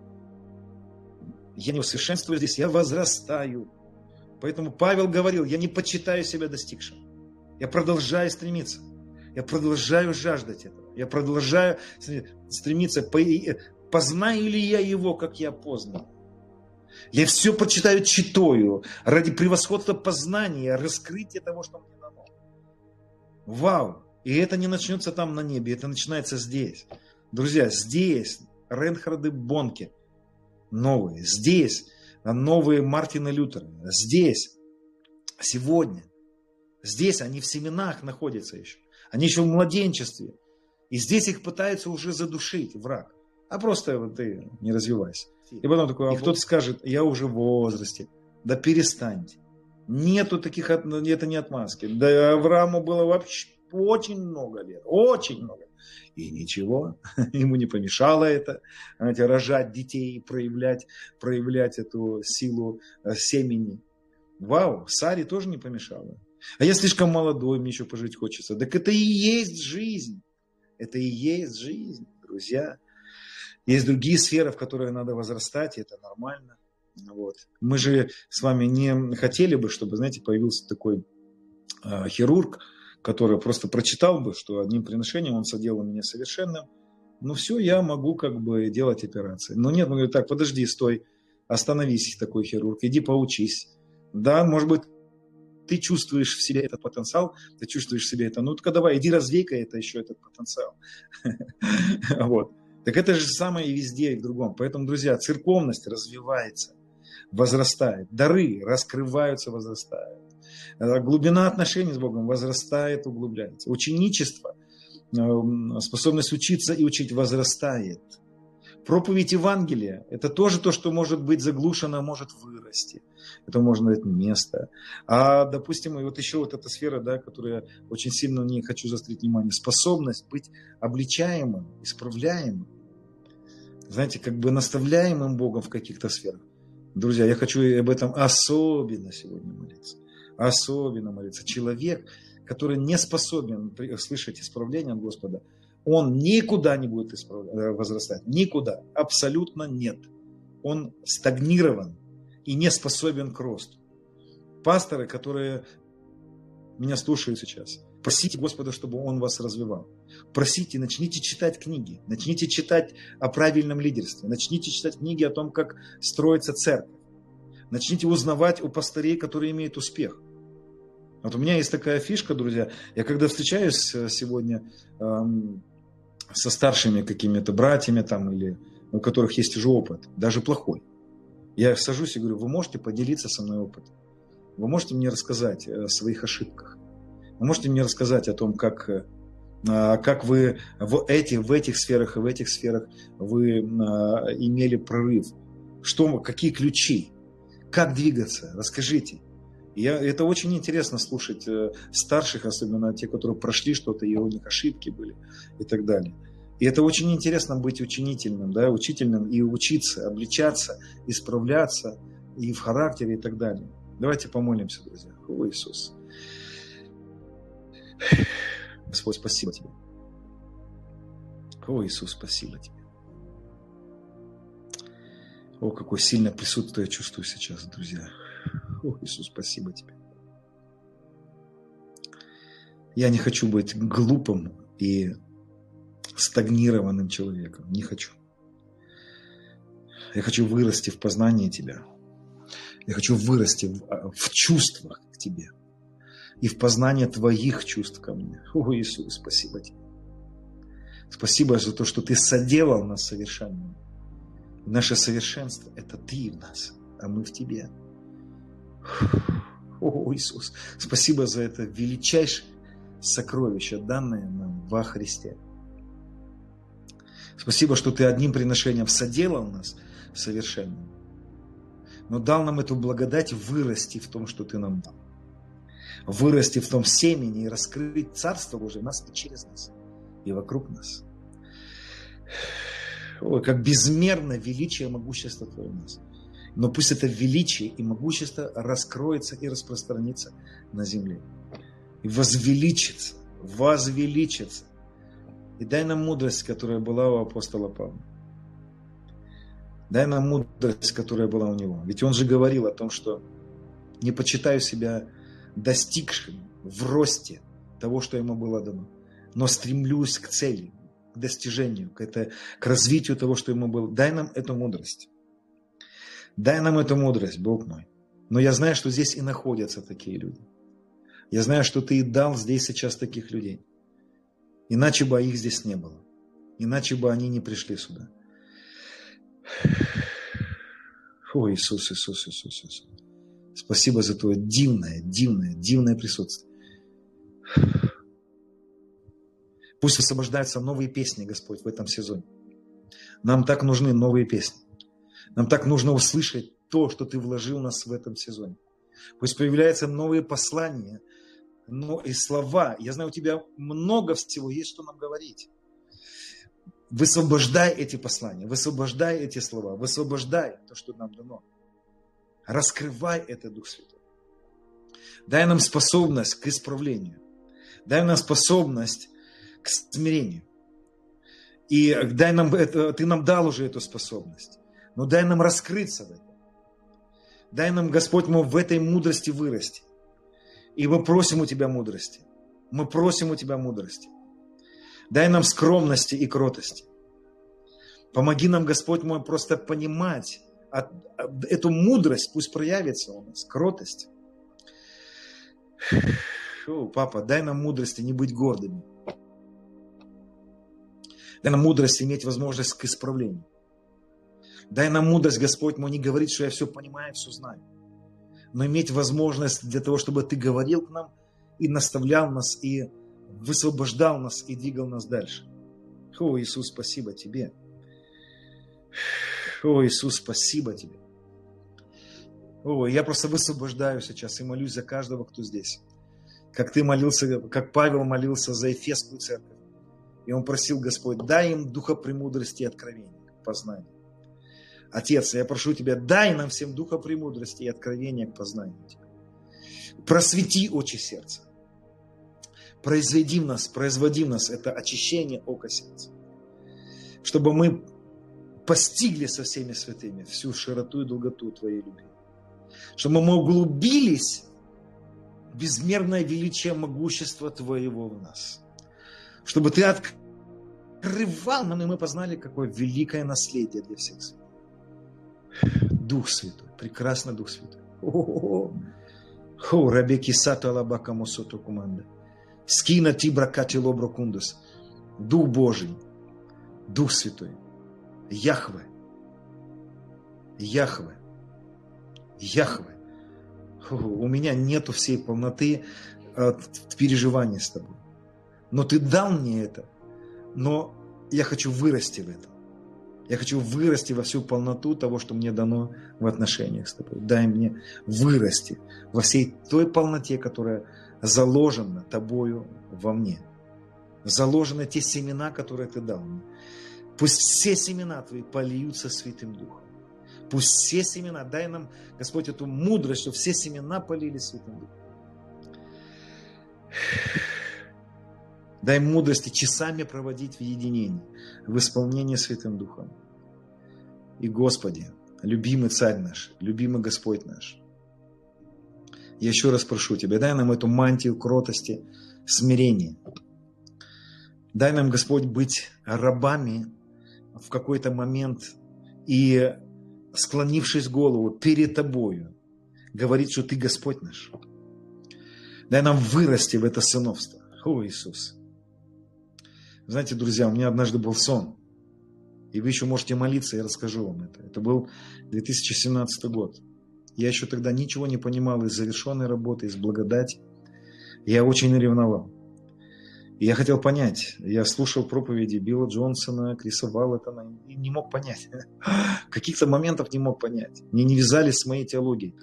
Я не усовершенствую здесь, я возрастаю. Поэтому Павел говорил: я не почитаю себя достигшим. Я продолжаю стремиться. Я продолжаю жаждать этого. Я продолжаю стремиться. Познаю ли я его, как я познан? Я все прочитаю читаю ради превосходства познания, раскрытия того, что мне дано. Вау! И это не начнется там на небе, это начинается здесь. Друзья, здесь Рейнхарды Бонке новые, здесь новые Мартина Лютера, здесь, сегодня. Здесь они в семенах находятся еще. Они еще в младенчестве. И здесь их пытаются уже задушить враг. А просто ты не развивайся. И потом такой, кто-то скажет: я уже в возрасте. Да перестаньте. Нету таких, это не отмазки. Да Аврааму было вообще очень много лет. Очень много. И ничего, ему не помешало это, знаете, рожать детей, проявлять эту силу семени. Вау, Саре тоже не помешало. А я слишком молодой, мне еще пожить хочется. Так это и есть жизнь. Это и есть жизнь, друзья. Есть другие сферы, в которые надо возрастать, и это нормально. Вот. Мы же с вами не хотели бы, чтобы, знаете, появился такой хирург, который просто прочитал бы, что одним приношением он соделал меня совершенным. Ну все, я могу как бы делать операции. Но нет, он говорит: так, подожди, стой, остановись, такой хирург, иди поучись. Да, может быть, ты чувствуешь в себе этот потенциал, ты чувствуешь в себе это. Ну-ка давай, иди развей-ка это еще, этот потенциал. Вот. Так это же самое и везде, и в другом. Поэтому, друзья, церковность развивается, возрастает. Дары раскрываются, возрастают. Глубина отношений с Богом возрастает, углубляется. Ученичество, способность учиться и учить возрастает. Проповедь Евангелия – это тоже то, что может быть заглушено, может вырасти. Это можно дать место. А, допустим, и вот еще вот эта сфера, да, которую я очень сильно не хочу заострить внимание, способность быть обличаемым, исправляемым, знаете, как бы наставляемым Богом в каких-то сферах. Друзья, я хочу об этом особенно сегодня молиться. Особенно молиться. Человек, который не способен слышать исправление от Господа, он никуда не будет возрастать. Никуда. Абсолютно нет. Он стагнирован и не способен к росту. Пасторы, которые меня слушают сейчас, просите Господа, чтобы Он вас развивал. Просите, начните читать книги. Начните читать о правильном лидерстве. Начните читать книги о том, как строится церковь. Начните узнавать у пастырей, которые имеют успех. Вот у меня есть такая фишка, друзья. Я когда встречаюсь сегодня со старшими какими-то братьями, там, или у которых есть уже опыт, даже плохой. Я сажусь и говорю, вы можете поделиться со мной опытом? Вы можете мне рассказать о своих ошибках? Вы можете мне рассказать о том, как вы в этих сферах и в этих сферах вы имели прорыв? Какие ключи? Как двигаться? Расскажите. Это очень интересно слушать старших, особенно те, которые прошли что-то, и у них ошибки были и так далее. И это очень интересно быть учительным и учиться, обличаться, исправляться и в характере и так далее. Давайте помолимся, друзья. О, Иисус. Господь, спасибо Тебе. О, Иисус, спасибо Тебе. О, какое сильное присутствие я чувствую сейчас, друзья. О, Иисус, спасибо Тебе. Я не хочу быть глупым и стагнированным человеком. Не хочу. Я хочу вырасти в познании Тебя. Я хочу вырасти в чувствах к Тебе. И в познании Твоих чувств ко мне. О, Иисус, спасибо Тебе. Спасибо за то, что Ты соделал нас совершенными. Наше совершенство – это Ты в нас, а мы в Тебе. О, Иисус, спасибо за это величайшее сокровище, данное нам во Христе. Спасибо, что Ты одним приношением соделал нас совершенными, но дал нам эту благодать вырасти в том, что Ты нам дал. Вырасти в том семени и раскрыть Царство Божие в нас и через нас, и вокруг нас. Ой, как безмерно величие и могущество Твое в нас. Но пусть это величие и могущество раскроется и распространится на земле. И возвеличится. И дай нам мудрость, которая была у апостола Павла. Дай нам мудрость, которая была у него. Ведь он же говорил о том, что не почитаю себя достигшим в росте того, что ему было дано, но стремлюсь к цели, к достижению, к развитию того, что ему было. Дай нам эту мудрость. Дай нам эту мудрость, Бог мой. Но я знаю, что здесь и находятся такие люди. Я знаю, что Ты и дал здесь сейчас таких людей. Иначе бы их здесь не было. Иначе бы они не пришли сюда. О, Иисус, Иисус, Иисус, Иисус. Спасибо за Твое дивное присутствие. Пусть освобождаются новые песни, Господь, в этом сезоне. Нам так нужны новые песни. Нам так нужно услышать то, что Ты вложил в нас в этом сезоне. Пусть появляются новые послания, и слова. Я знаю, у Тебя много всего есть, что нам говорить. Высвобождай эти послания, высвобождай эти слова, высвобождай то, что нам дано. Раскрывай это, Дух Святой. Дай нам способность к исправлению. Дай нам способность к смирению. И дай нам это, Ты нам дал уже эту способность. Но дай нам раскрыться в этом. Дай нам, Господь мой, в этой мудрости вырасти. И мы просим у Тебя мудрости. Мы просим у Тебя мудрости. Дай нам скромности и кротости. Помоги нам, Господь мой, просто понимать эту мудрость, пусть проявится у нас, кротость. Папа, дай нам мудрости не быть гордыми. Дай нам мудрость иметь возможность к исправлению. Дай нам мудрость, Господь мой, не говорить, что я все понимаю, все знаю, но иметь возможность для того, чтобы Ты говорил к нам и наставлял нас, и высвобождал нас, и двигал нас дальше. О, Иисус, спасибо Тебе. О, Иисус, спасибо Тебе. О, я просто высвобождаю сейчас и молюсь за каждого, кто здесь. Как Ты молился, как Павел молился за Ефесскую церковь. И он просил, Господь, дай им духа премудрости и откровения, познания. Отец, я прошу Тебя, дай нам всем духа премудрости и откровения к познанию Тебя. Просвети очи сердца. Производи в нас это очищение ока сердца. Чтобы мы постигли со всеми святыми всю широту и долготу Твоей любви. Чтобы мы углубились в безмерное величие могущества Твоего в нас. Чтобы Ты открывал нам, и мы познали, какое великое наследие для всех святых. Дух Святой, прекрасный Дух Святой. Рабеки сата алабака мосото куманда. Скина тибра катило брокундус. Дух Божий, Дух Святой, Яхве, Яхве, у меня нету всей полноты переживаний с тобой. Но ты дал мне это, но я хочу вырасти в этом. Я хочу вырасти во всю полноту того, что мне дано в отношениях с тобой. Дай мне вырасти во всей той полноте, которая заложена тобою во мне. Заложены те семена, которые ты дал мне. Пусть все семена твои польются Святым Духом. Пусть все семена, дай нам, Господь, эту мудрость, чтобы все семена полились Святым Духом. Дай мудрости часами проводить в единении, в исполнении Святым Духом. И, Господи, любимый Царь наш, любимый Господь наш, я еще раз прошу Тебя, дай нам эту мантию кротости, смирения. Дай нам, Господь, быть рабами в какой-то момент и, склонившись голову перед Тобою, говорить, что Ты Господь наш. Дай нам вырасти в это сыновство. О, Иисус! Знаете, друзья, у меня однажды был сон. И вы еще можете молиться, я расскажу вам это. Это был 2017 год. Я еще тогда ничего не понимал из завершенной работы, из благодати. Я очень ревновал. И я хотел понять. Я слушал проповеди Билла Джонсона, Криса Валлетона и не мог понять. Каких-то моментов не мог понять. Мне не вязались с моей теологией.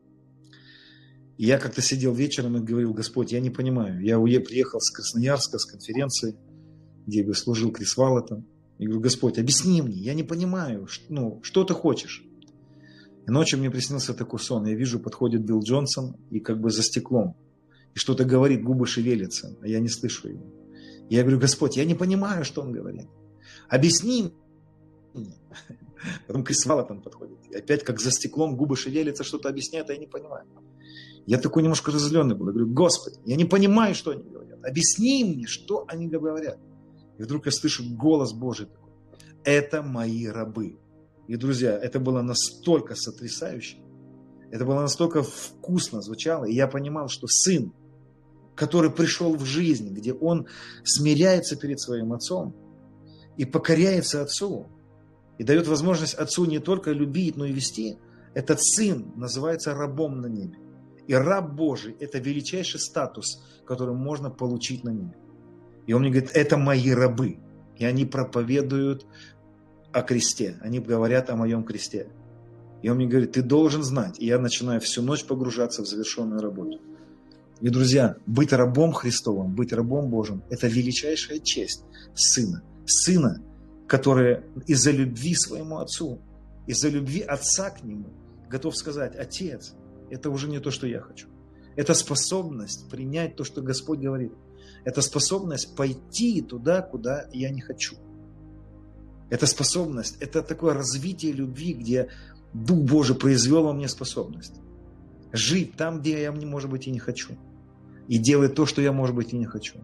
И я как-то сидел вечером и говорил: Господь, я не понимаю. Я приехал с Красноярска, с конференции, где бы служил Крис Валлетон. Я говорю: Господь, объясни мне, я не понимаю, что ты хочешь. И ночью мне приснился такой сон. Я вижу, подходит Билл Джонсон и как бы за стеклом. И что-то говорит, губы шевелятся, а я не слышу его. И я говорю: Господь, я не понимаю, что он говорит. Объясни мне. Потом Крис Валлетон подходит. И опять как за стеклом губы шевелятся, что-то объясняет, а я не понимаю. Я такой немножко разозленный был. Я говорю: Господи, я не понимаю, что они говорят. Объясни мне, что они говорят. И вдруг я слышу голос Божий такой: это мои рабы. И, друзья, это было настолько сотрясающе, это было настолько вкусно звучало, и я понимал, что сын, который пришел в жизнь, где он смиряется перед своим отцом и покоряется отцу, и дает возможность отцу не только любить, но и вести, этот сын называется рабом на небе. И раб Божий – это величайший статус, который можно получить на небе. И он мне говорит: это мои рабы. И они проповедуют о кресте. Они говорят о моем кресте. И он мне говорит: ты должен знать. И я начинаю всю ночь погружаться в завершенную работу. И, друзья, быть рабом Христовым, быть рабом Божьим – это величайшая честь сына. Сына, который из-за любви своему отцу, из-за любви отца к нему готов сказать: Отец, это уже не то, что я хочу. Это способность принять то, что Господь говорит. Это способность пойти туда, куда я не хочу. Это способность, это такое развитие любви, где Дух Божий произвел во мне способность жить там, где я, может быть, и не хочу. И делать то, что я, может быть, и не хочу.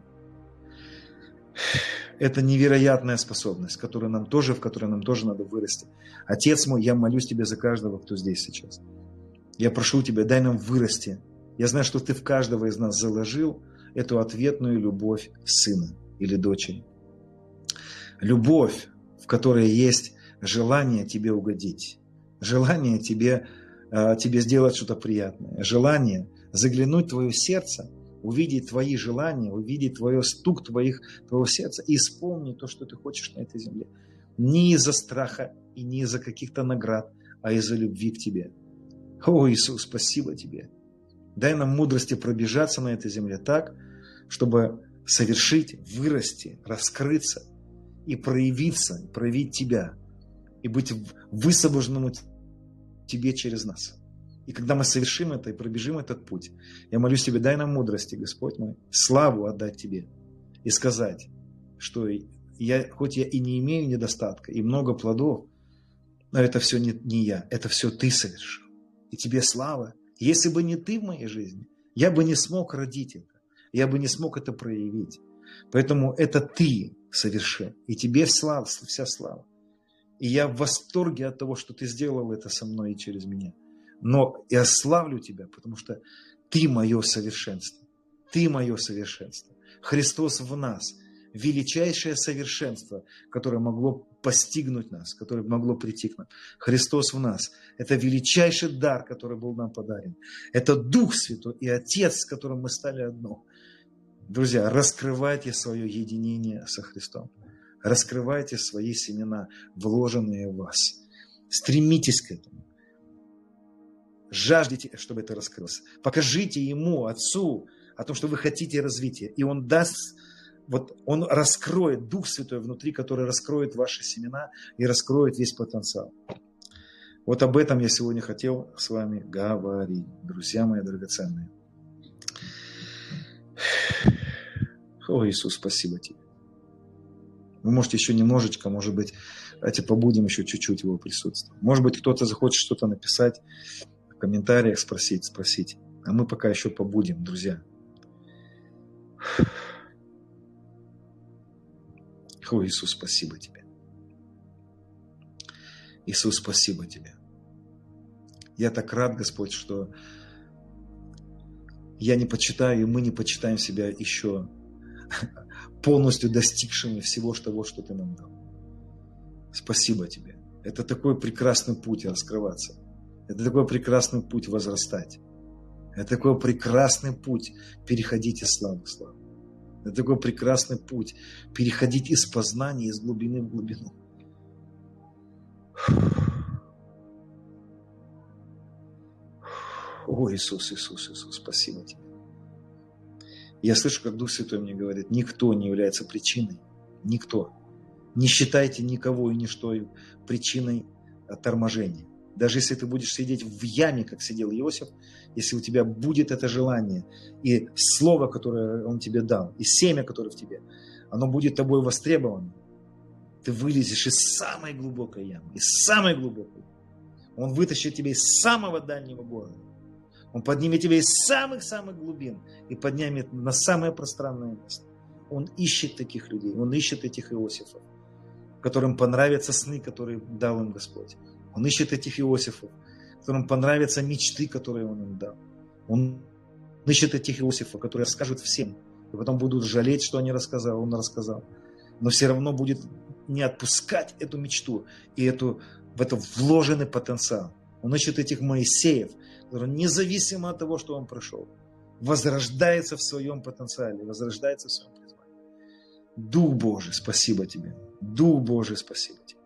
Это невероятная способность, в которой нам тоже надо вырасти. Отец мой, я молюсь Тебе за каждого, кто здесь сейчас. Я прошу Тебя, дай нам вырасти. Я знаю, что Ты в каждого из нас заложил эту ответную любовь сына или дочери. Любовь, в которой есть желание Тебе угодить, желание Тебе сделать что-то приятное, желание заглянуть в Твое сердце, увидеть Твои желания, увидеть стук Твоего сердца и исполнить то, что Ты хочешь на этой земле. Не из-за страха и не из-за каких-то наград, а из-за любви к Тебе. О, Иисус, спасибо Тебе. Дай нам мудрости пробежаться на этой земле так, чтобы совершить, вырасти, раскрыться и проявиться, проявить Тебя, и быть высвобожденным Тебе через нас. И когда мы совершим это и пробежим этот путь, я молюсь Тебе, дай нам мудрости, Господь мой, славу отдать Тебе и сказать, что хоть я и не имею недостатка и много плодов, но это все не я, это все Ты совершил. И Тебе слава. Если бы не Ты в моей жизни, я бы не смог родить это. Я бы не смог это проявить. Поэтому это Ты совершил. И Тебе вся слава. И я в восторге от того, что Ты сделал это со мной и через меня. Но я славлю Тебя, потому что Ты мое совершенство. Ты мое совершенство. Христос в нас. величайшее совершенство, которое могло постигнуть нас, которое могло прийти к нам. Христос в нас. Это величайший дар, который был нам подарен. Это Дух Святой и Отец, с которым мы стали одно. Друзья, раскрывайте свое единение со Христом. Раскрывайте свои семена, вложенные в вас. Стремитесь к этому. Жаждите, чтобы это раскрылось. Покажите Ему, Отцу, о том, что вы хотите развития. И Он даст, Он раскроет Дух Святой внутри, который раскроет ваши семена и раскроет весь потенциал. Вот об этом я сегодня хотел с вами говорить, друзья мои драгоценные. О, Иисус, спасибо Тебе. Вы можете еще немножечко, может быть, давайте побудем еще чуть-чуть в Его присутствии. Может быть, кто-то захочет что-то написать, в комментариях спросить. А мы пока еще побудем, друзья. О, Иисус, спасибо Тебе. Иисус, спасибо Тебе. Я так рад, Господь, что я не почитаю, и мы не почитаем себя еще полностью достигшими всего того, что Ты нам дал. Спасибо Тебе. Это такой прекрасный путь раскрываться. Это такой прекрасный путь возрастать. Это такой прекрасный путь переходить из славы в славу. Это такой прекрасный путь переходить из познания, из глубины в глубину. О, Иисус, Иисус, Иисус, спасибо Тебе. Я слышу, как Дух Святой мне говорит, никто не является причиной. Никто. Не считайте никого и ничто причиной торможения. Даже если ты будешь сидеть в яме, как сидел Иосиф, если у тебя будет это желание, и слово, которое он тебе дал, и семя, которое в тебе, оно будет тобой востребовано, ты вылезешь из самой глубокой ямы, из самой глубокой. Он вытащит тебя из самого дальнего города. Он поднимет тебя из самых-самых глубин и поднимет на самое пространное место. Он ищет таких людей, он ищет этих Иосифов, которым понравятся сны, которые дал им Господь. Он ищет этих Иосифов, которым понравятся мечты, которые он им дал. Он ищет этих Иосифов, которые расскажут всем, и потом будут жалеть, что он рассказал. Но все равно будет не отпускать эту мечту и в это вложенный потенциал. Он ищет этих Моисеев, которые независимо от того, что он прошел, возрождается в своем потенциале, возрождается в своем призвании. Дух Божий, спасибо Тебе. Дух Божий, спасибо Тебе.